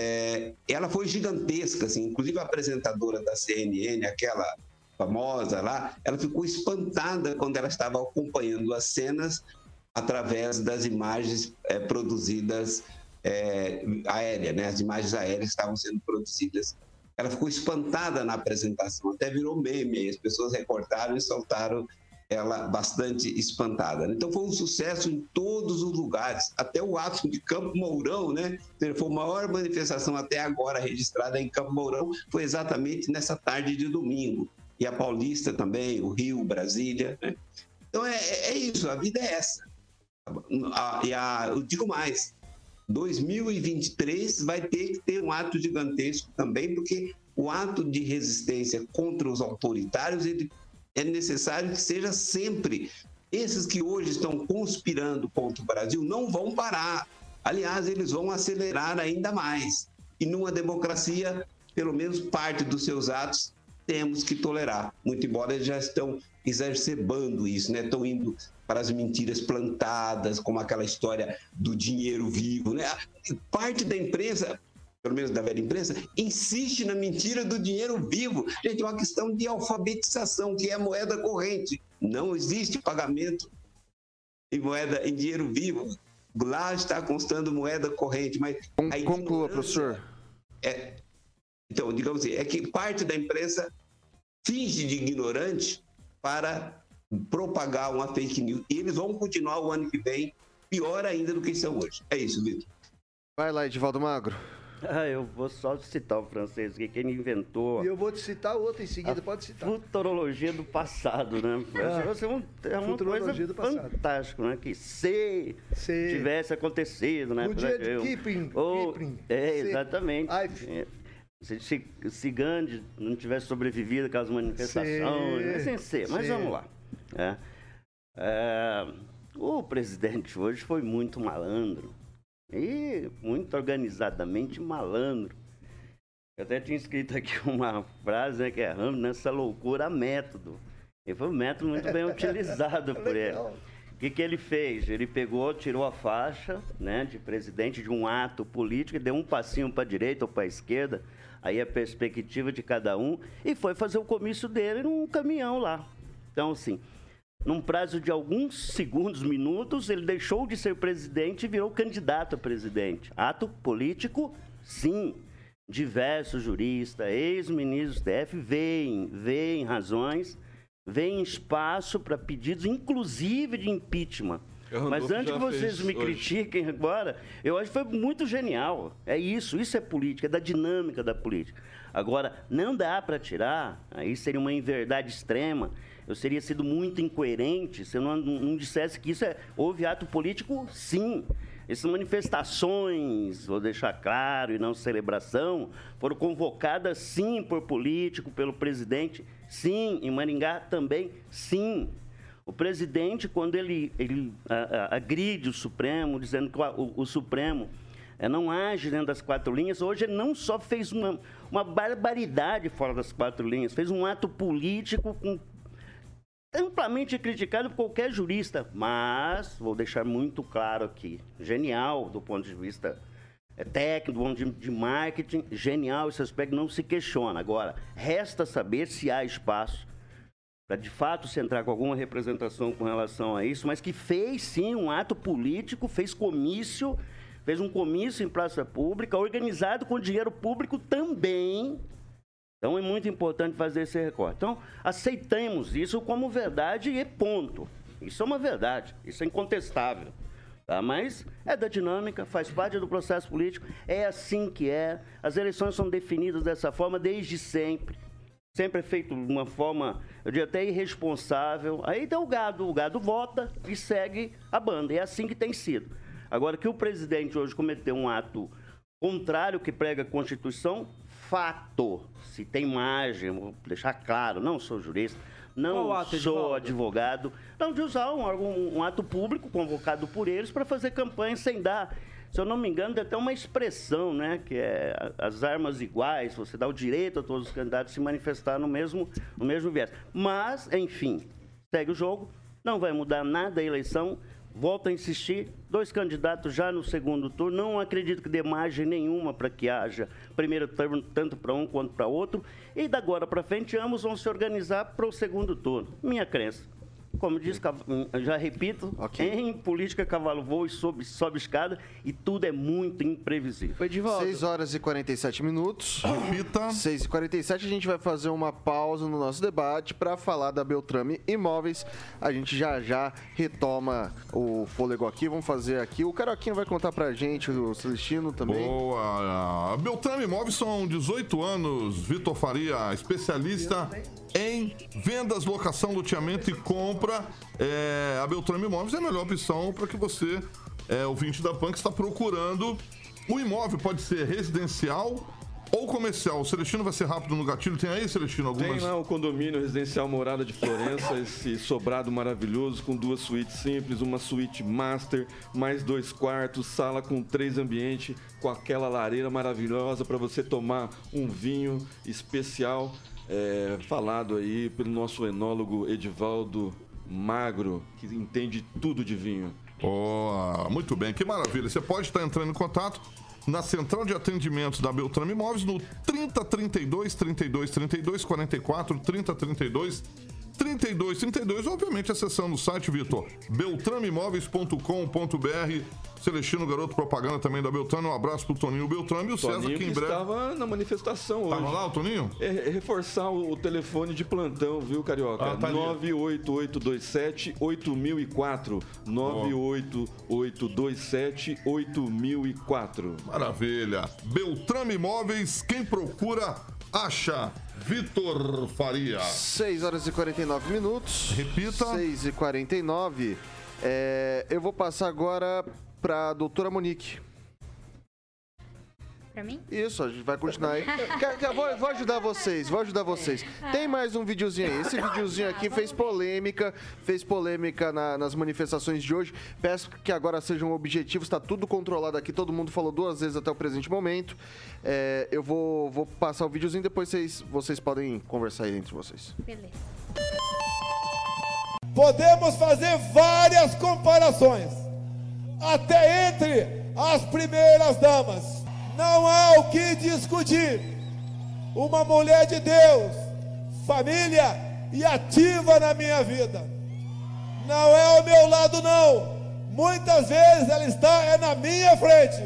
Ela foi gigantesca, assim, inclusive a apresentadora da CNN, aquela famosa lá, ela ficou espantada quando ela estava acompanhando as cenas através das imagens produzidas aéreas, né? As imagens aéreas estavam sendo produzidas. Ela ficou espantada na apresentação, até virou meme, as pessoas recortaram e soltaram ela bastante espantada. Então foi um sucesso em todos os lugares, até o ato de Campo Mourão, né? Foi a maior manifestação até agora registrada em Campo Mourão, foi exatamente nessa tarde de domingo. E a Paulista também, o Rio, Brasília, né? Então é isso, a vida é essa. Eu digo mais, 2023 vai ter que ter um ato gigantesco também, porque o ato de resistência contra os autoritários, ele é necessário que seja sempre. Esses que hoje estão conspirando contra o Brasil não vão parar. Aliás, eles vão acelerar ainda mais. E numa democracia, pelo menos parte dos seus atos, temos que tolerar. Muito embora eles já estão exacerbando isso, né? Estão indo para as mentiras plantadas, como aquela história do dinheiro vivo, né? Parte da imprensa, pelo menos da velha imprensa, insiste na mentira do dinheiro vivo. Gente, é uma questão de alfabetização, que é a moeda corrente. Não existe pagamento em dinheiro vivo. Lá está constando moeda corrente, mas... Conclua, professor. Então, digamos assim, é que parte da imprensa finge de ignorante para propagar uma fake news. E eles vão continuar o ano que vem pior ainda do que estão hoje. É isso, Vitor. Vai lá, Edivaldo Magro. Eu vou só citar o francês, que quem inventou... E eu vou te citar outro em seguida, pode citar. Futurologia do passado, né? É uma coisa fantástica, né? Que se tivesse acontecido, né? No dia de Kipling. Exatamente. Se Gandhi não tivesse sobrevivido àquelas manifestações, sem ser. Mas vamos lá. O presidente hoje foi muito malandro. E muito organizadamente malandro. Eu até tinha escrito aqui uma frase, né, que é Ramos, nessa loucura, método. E foi um método muito bem utilizado por ele. O que ele fez? Ele pegou, tirou a faixa, né, de presidente de um ato político e deu um passinho para a direita ou para a esquerda, aí a perspectiva de cada um, e foi fazer o comício dele num caminhão lá. Então, assim, num prazo de alguns segundos, minutos, ele deixou de ser presidente e virou candidato a presidente. Ato político, sim. Diversos juristas, ex-ministros do STF veem razões, veem espaço para pedidos, inclusive de impeachment. Mas antes que vocês me critiquem agora, eu acho que foi muito genial. É isso é política, é da dinâmica da política. Agora, não dá para tirar, aí seria uma inverdade extrema, eu teria sido muito incoerente se eu não dissesse que houve ato político, sim. Essas manifestações, vou deixar claro, e não celebração, foram convocadas, sim, por político, pelo presidente, sim. Em Maringá também, sim. O presidente, quando ele agride o Supremo, dizendo que o Supremo não age dentro das 4 linhas, hoje ele não só fez uma barbaridade fora das 4 linhas, fez um ato político amplamente criticado por qualquer jurista, mas vou deixar muito claro aqui, genial do ponto de vista técnico, do ponto de vista de marketing, genial esse aspecto, não se questiona. Agora, resta saber se há espaço para de fato se entrar com alguma representação com relação a isso, mas que fez sim um ato político, fez um comício em praça pública, organizado com dinheiro público também. Então, é muito importante fazer esse recorte. Então, aceitemos isso como verdade e ponto. Isso é uma verdade, isso é incontestável. Tá? Mas é da dinâmica, faz parte do processo político, é assim que é. As eleições são definidas dessa forma desde sempre. Sempre é feito de uma forma, eu diria até irresponsável. Aí dá o gado vota e segue a banda. É assim que tem sido. Agora, que o presidente hoje cometeu um ato contrário que prega a Constituição, fato. Se tem margem, vou deixar claro, não sou jurista, não sou advogado, não de usar um ato público convocado por eles para fazer campanha sem dar. Se eu não me engano, tem até uma expressão, né, que é as armas iguais, você dá o direito a todos os candidatos se manifestar no mesmo viés. Mas, enfim, segue o jogo, não vai mudar nada a eleição. Volto a insistir, 2 candidatos já no segundo turno, não acredito que dê margem nenhuma para que haja primeiro turno, tanto para um quanto para outro, e da agora para frente ambos vão se organizar para o segundo turno. Minha crença. Como diz, já repito, em política cavalo voa e sobe escada e tudo é muito imprevisível. 6h47. Repita. 6h47, a gente vai fazer uma pausa no nosso debate para falar da Beltrame Imóveis. A gente já retoma o fôlego aqui, vamos fazer aqui. O Carioquinha vai contar pra gente, o Celestino também. Boa. A Beltrame Imóveis são 18 anos. Vitor Faria, especialista em vendas, locação, loteamento e compra. A Beltrame Imóveis é a melhor opção para que você, ouvinte da PAN, que está procurando o imóvel. Pode ser residencial ou comercial. O Celestino vai ser rápido no gatilho. Tem aí, Celestino, algumas? Tem lá o condomínio residencial Morada de Florença, esse sobrado maravilhoso com 2 suítes simples, uma suíte master, mais 2 quartos, sala com 3 ambientes, com aquela lareira maravilhosa para você tomar um vinho especial, falado aí pelo nosso enólogo Edivaldo Magro, que entende tudo de vinho. Muito bem, que maravilha. Você pode estar entrando em contato na central de atendimento da Beltrame Imóveis no 3032 3232 44 3032 3232, obviamente acessando o site, Vitor, beltrameimóveis.com.br. Celestino, garoto propaganda também da Beltrame, um abraço pro Toninho Beltrame e o César, que em breve estava na manifestação hoje. Tava lá o Toninho? Reforçar o telefone de plantão, viu, Carioca? 98827 8004. 98827 8004. Maravilha. Beltrame Imóveis, quem procura, acha. Vitor Faria. 6h49. Repita. 6h49. Eu vou passar agora para a doutora Monique. Pra mim? Isso, a gente vai continuar aí. Vou ajudar vocês, Tem mais um videozinho aí. Esse videozinho aqui fez polêmica nas manifestações de hoje. Peço que agora sejam objetivos, tá tudo controlado aqui, todo mundo falou 2 vezes até o presente momento. Eu vou passar o videozinho, depois vocês podem conversar aí entre vocês. Beleza. Podemos fazer várias comparações, até entre as primeiras damas. Não há o que discutir. Uma mulher de Deus, família e ativa na minha vida. Não é ao meu lado, não. Muitas vezes ela está na minha frente.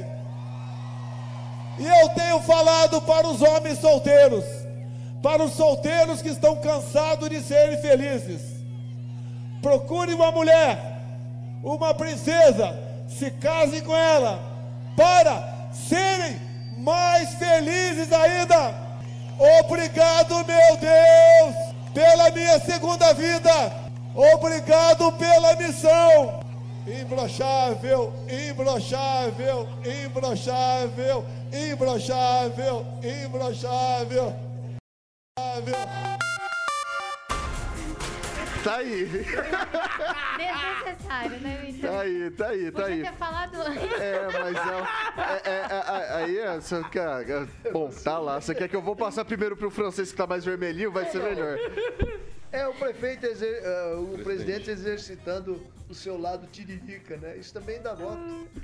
E eu tenho falado para os homens solteiros, para os solteiros que estão cansados de serem felizes. Procure uma mulher, uma princesa, se casem com ela, para serem mais felizes ainda. Obrigado, meu Deus, pela minha segunda vida. Obrigado pela missão. Imbrochável, imbrochável, imbrochável, imbrochável, imbrochável. Tá aí. Desnecessário, né, Vitor? Tá aí. Podia ter falado antes. Bom, tá lá. Você quer que eu vou passar primeiro pro francês que tá mais vermelhinho? Vai ser melhor. O prefeito, o presidente exercitando o seu lado tiririca, né? Isso também dá voto.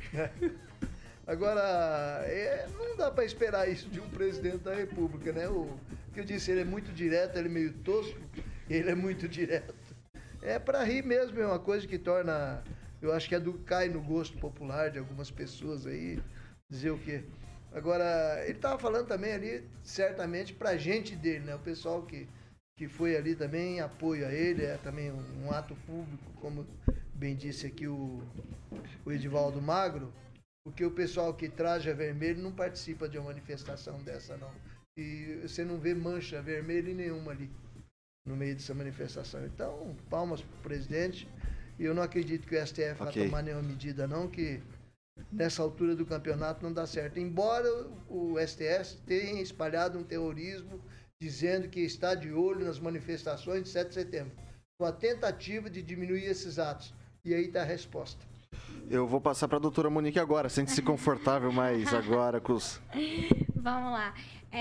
Agora, não dá para esperar isso de um presidente da República, né? O que eu disse, ele é muito direto, ele é meio tosco, ele é muito direto. É para rir mesmo, é uma coisa que torna, eu acho que cai no gosto popular de algumas pessoas aí, dizer o quê? Agora, ele estava falando também ali, certamente, pra gente dele, né? O pessoal que foi ali também, apoio a ele, é também um ato público, como bem disse aqui o Edivaldo Magro, porque o pessoal que traja vermelho não participa de uma manifestação dessa, não. E você não vê mancha vermelha nenhuma ali, no meio dessa manifestação. Então, palmas para o presidente. E eu não acredito que o STF vai tomar nenhuma medida, não, que nessa altura do campeonato não dá certo. Embora o STF tenha espalhado um terrorismo, dizendo que está de olho nas manifestações de 7 de setembro, com a tentativa de diminuir esses atos. E aí está a resposta. Eu vou passar para a doutora Monique agora. Sente-se confortável mais agora com os... Vamos lá.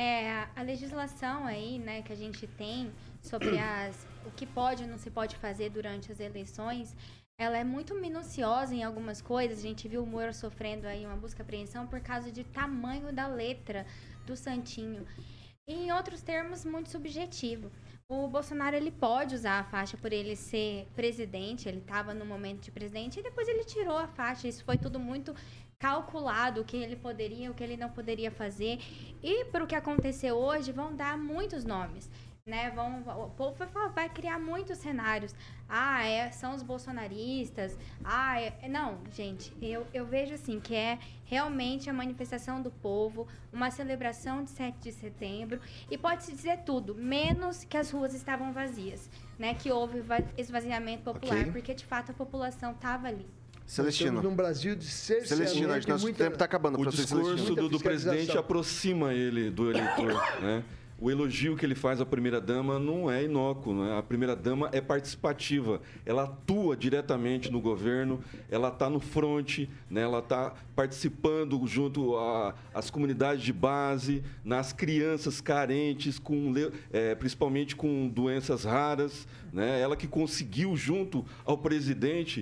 A legislação aí, né, que a gente tem sobre o que pode e não se pode fazer durante as eleições, ela é muito minuciosa em algumas coisas. A gente viu o Moro sofrendo aí uma busca e apreensão por causa de tamanho da letra do santinho. E, em outros termos, muito subjetivo. O Bolsonaro, ele pode usar a faixa por ele ser presidente, ele estava no momento de presidente, e depois ele tirou a faixa. Isso foi tudo muito calculado, o que ele poderia, o que ele não poderia fazer. E, para o que aconteceu hoje, vão dar muitos nomes, né? O povo vai criar muitos cenários. São os bolsonaristas. Não, gente, eu vejo assim, que é realmente a manifestação do povo, uma celebração de 7 de setembro, e pode-se dizer tudo, menos que as ruas estavam vazias, né? Que houve esvaziamento popular, porque de fato a população estava ali. Celestino. Estamos num Brasil de Celestino, nosso tempo está acabando. O discurso do presidente aproxima ele do eleitor, né? O elogio que ele faz à primeira-dama não é inócuo, né? A primeira-dama é participativa, ela atua diretamente no governo, ela está no fronte, né? Ela está participando junto às comunidades de base, nas crianças carentes, principalmente com doenças raras, né? Ela que conseguiu, junto ao presidente,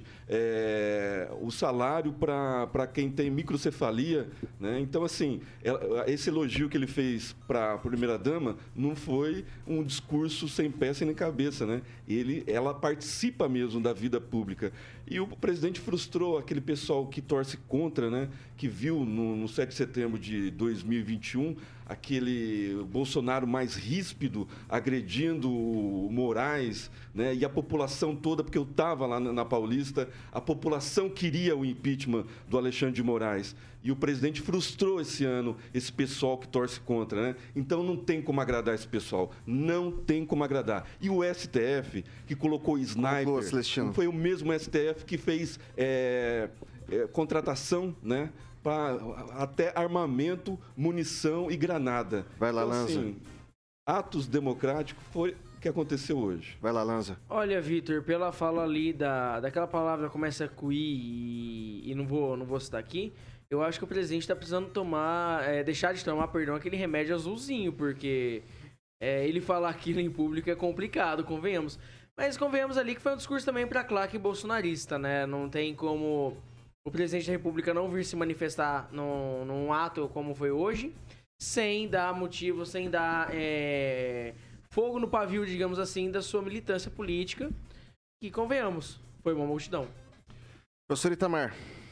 o salário para quem tem microcefalia, né? Então, assim, esse elogio que ele fez para a primeira-dama não foi um discurso sem pé nem cabeça, né? Ela participa mesmo da vida pública. E o presidente frustrou aquele pessoal que torce contra, né? Que viu no 7 de setembro de 2021 aquele Bolsonaro mais ríspido agredindo o Moraes, né? E a população toda, porque eu estava lá na Paulista, a população queria o impeachment do Alexandre de Moraes. E o presidente frustrou esse ano esse pessoal que torce contra, né? Então não tem como agradar esse pessoal. Não tem como agradar. E o STF, que colocou sniper, foi o mesmo STF que fez contratação, né? Para até armamento, munição e granada. Vai lá, Lanza. Assim, atos democráticos foi o que aconteceu hoje. Vai lá, Lanza. Olha, Vitor, pela fala ali daquela palavra que começa com I e não vou citar aqui, eu acho que o presidente está precisando deixar de tomar, aquele remédio azulzinho, porque ele falar aquilo em público é complicado, convenhamos. Mas convenhamos ali que foi um discurso também para a claque bolsonarista, né? Não tem como o presidente da República não vir se manifestar num ato como foi hoje, sem dar motivo, sem dar fogo no pavio, digamos assim, da sua militância política, que, convenhamos, foi uma multidão. Professor Itamar.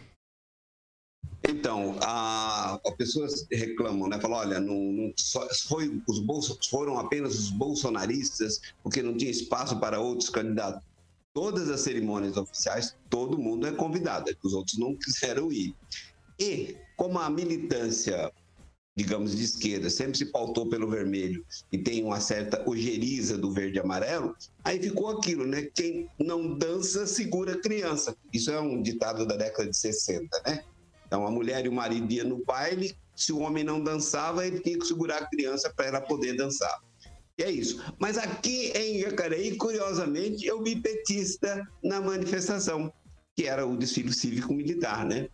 Então, as pessoas reclamam, né? Falam, olha, foram apenas os bolsonaristas, porque não tinha espaço para outros candidatos. Todas as cerimônias oficiais, todo mundo é convidado, os outros não quiseram ir. E, como a militância, digamos, de esquerda, sempre se pautou pelo vermelho e tem uma certa ojeriza do verde e amarelo, aí ficou aquilo, né? Quem não dança, segura a criança. Isso é um ditado da década de 60, né? Então, a mulher e o marido iam no baile, se o homem não dançava, ele tinha que segurar a criança para ela poder dançar. E é isso. Mas aqui em Jacareí, curiosamente, eu vi petista na manifestação, que era o desfile cívico-militar, né?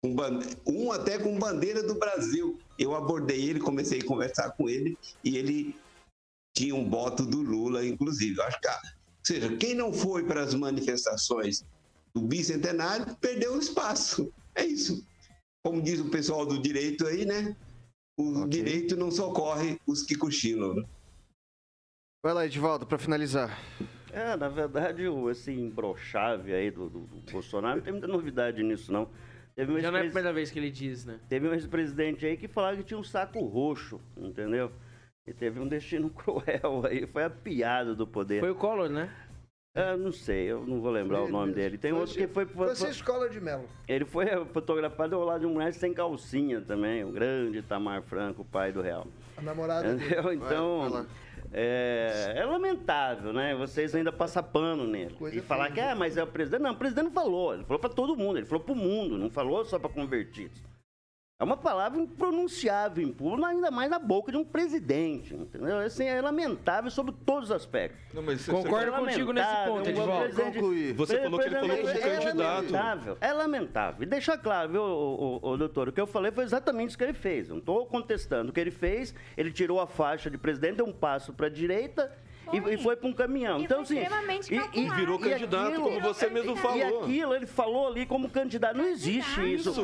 Até com bandeira do Brasil. Eu abordei ele, comecei a conversar com ele, e ele tinha um voto do Lula, inclusive. Ou seja, quem não foi para as manifestações do bicentenário, perdeu o espaço. É isso. Como diz o pessoal do direito aí, né? O direito não socorre os que cochilam, né? Vai lá, Edivaldo, para finalizar. Na verdade, esse imbrochável aí do Bolsonaro não tem muita novidade nisso, não. Já não é a primeira vez que ele diz, né? Teve um ex-presidente aí que falava que tinha um saco roxo, entendeu? E teve um destino cruel aí, foi a piada do poder. Foi o Collor, né? Não sei, eu não vou lembrar o nome dele. Tem outro que foi... Francisco Collor de Mello. Ele foi fotografado ao lado de uma mulher sem calcinha também, o grande Itamar Franco, o pai do Real. A namorada dele. Então... É lamentável, né? Vocês ainda passam pano nele. E falar que, mas é o presidente. Não, o presidente não falou. Ele falou pra todo mundo, ele falou pro mundo, não falou só pra convertidos. É uma palavra impronunciável em público, ainda mais na boca de um presidente, entendeu? Assim, é lamentável sobre todos os aspectos. Não, mas concordo contigo nesse ponto, Edivaldo. Você falou que ele falou como candidato. É lamentável. E deixa claro, viu, doutor, o que eu falei foi exatamente isso que ele fez. Eu não estou contestando. O que ele fez, ele tirou a faixa de presidente, deu um passo para a direita e foi para um caminhão. Então, assim, e virou candidato, aquilo, como você mesmo falou. E aquilo, ele falou ali como candidato. Não existe isso.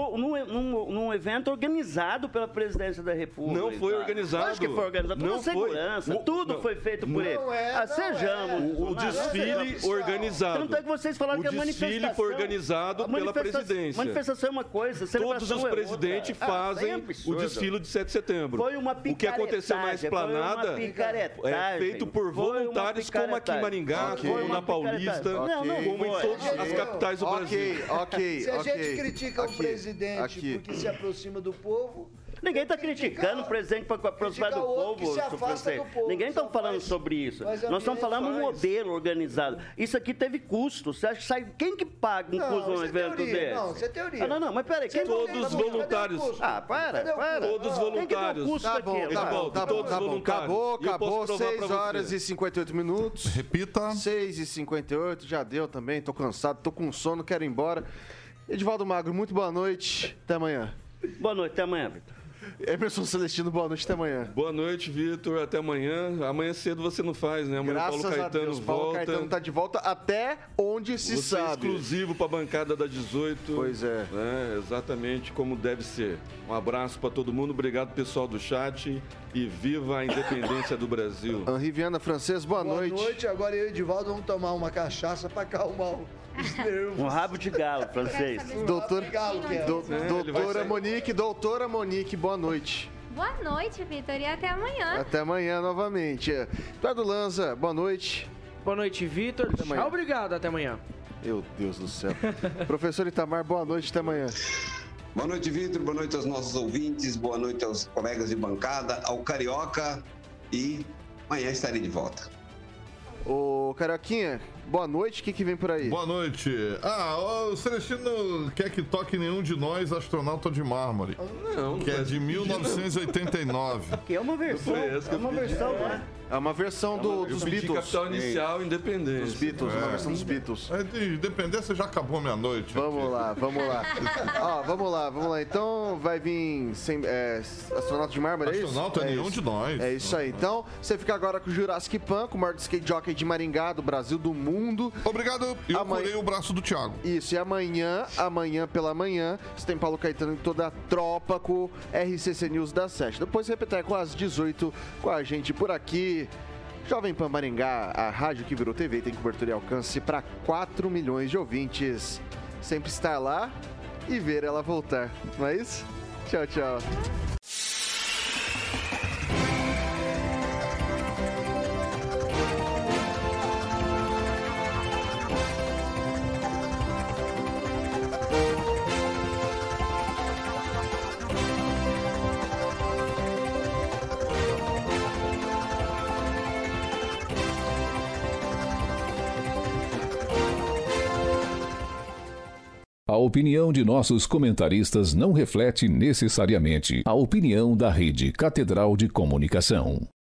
Num evento organizado pela presidência da República. Não foi organizado. Acho que foi organizado. Não foi. Segurança, tudo foi feito por ele. Sejamos. O desfile organizado. Tanto é que vocês falaram que a manifestação... O desfile foi organizado pela presidência. Manifestação é uma coisa, todos os presidentes fazem o desfile de 7 de setembro. Foi uma picaretagem. O que aconteceu na esplanada é feito por voluntários, como aqui em Maringá, como na Paulista, como em todas as capitais do Brasil. Se a gente critica o presidente porque se aproxima do povo... Ninguém está criticando o presidente para aproximar do povo. Ninguém está falando sobre isso. Nós estamos falando de um modelo organizado. Isso aqui teve custo. Você acha que sai... Quem que paga um custo num evento desse? Não, isso é teoria. Não, mas peraí. Todos voluntários. Para. Todos voluntários. Acabou. 6 horas e 58 minutos. Repita. 6h58, já deu também. Tô cansado, tô com sono, quero ir embora. Edivaldo Magro, muito boa noite. Até amanhã. Boa noite, até amanhã, Vitor. Emerson Celestino, boa noite, até amanhã. Boa noite, Vitor, até amanhã. Amanhã cedo você não faz, né? Amanhã Graças Paulo Caetano Deus, volta. Paulo Caetano tá de volta até onde se você sabe. É exclusivo para a bancada da 18. Pois é. Exatamente como deve ser. Um abraço para todo mundo, obrigado pessoal do chat e viva a independência do Brasil. Henri Viana Francês, boa noite. Boa noite, agora eu e o Edivaldo vamos tomar uma cachaça para acalmar os nervos. Um rabo de galo, francês. Doutora Monique, boa noite. Boa noite, Vitor, e até amanhã. Até amanhã novamente. Eduardo Lanza, boa noite. Boa noite, Vitor. Tchau, obrigado, até amanhã. Meu Deus do céu. Professor Itamar, boa noite, até amanhã. Boa noite, Vitor. Boa noite aos nossos ouvintes. Boa noite aos colegas de bancada, ao Carioca. E amanhã estarei de volta. Ô, Carioquinha, boa noite. O que vem por aí? Boa noite. O Celestino quer que toque Nenhum de Nós, Astronauta de Mármore. Não, que é de 1989. Que é uma versão. Né? É uma versão dos Beatles. Capital Inicial, Independência. Dos Beatles, uma versão dos Beatles. Independência já acabou meia-noite. Vamos lá. Vamos lá. Então vai vir Astronauta de Mármore, é isso? Astronauta é Nenhum de Nós. É isso aí. Então, você fica agora com o Jurassic Pan, com o maior skate jockey de Maringá, do Brasil, do mundo. Obrigado. Eu curei o braço do Thiago. Isso, e amanhã pela manhã, você tem Paulo Caetano e toda a tropa com o RCC News das 7. Depois repeteco às 18 com a gente por aqui. Jovem Pan Maringá, a rádio que virou TV, tem cobertura e alcance para 4 milhões de ouvintes. Sempre estar lá e ver ela voltar, não é isso? Tchau, tchau. A opinião de nossos comentaristas não reflete necessariamente a opinião da Rede Catedral de Comunicação.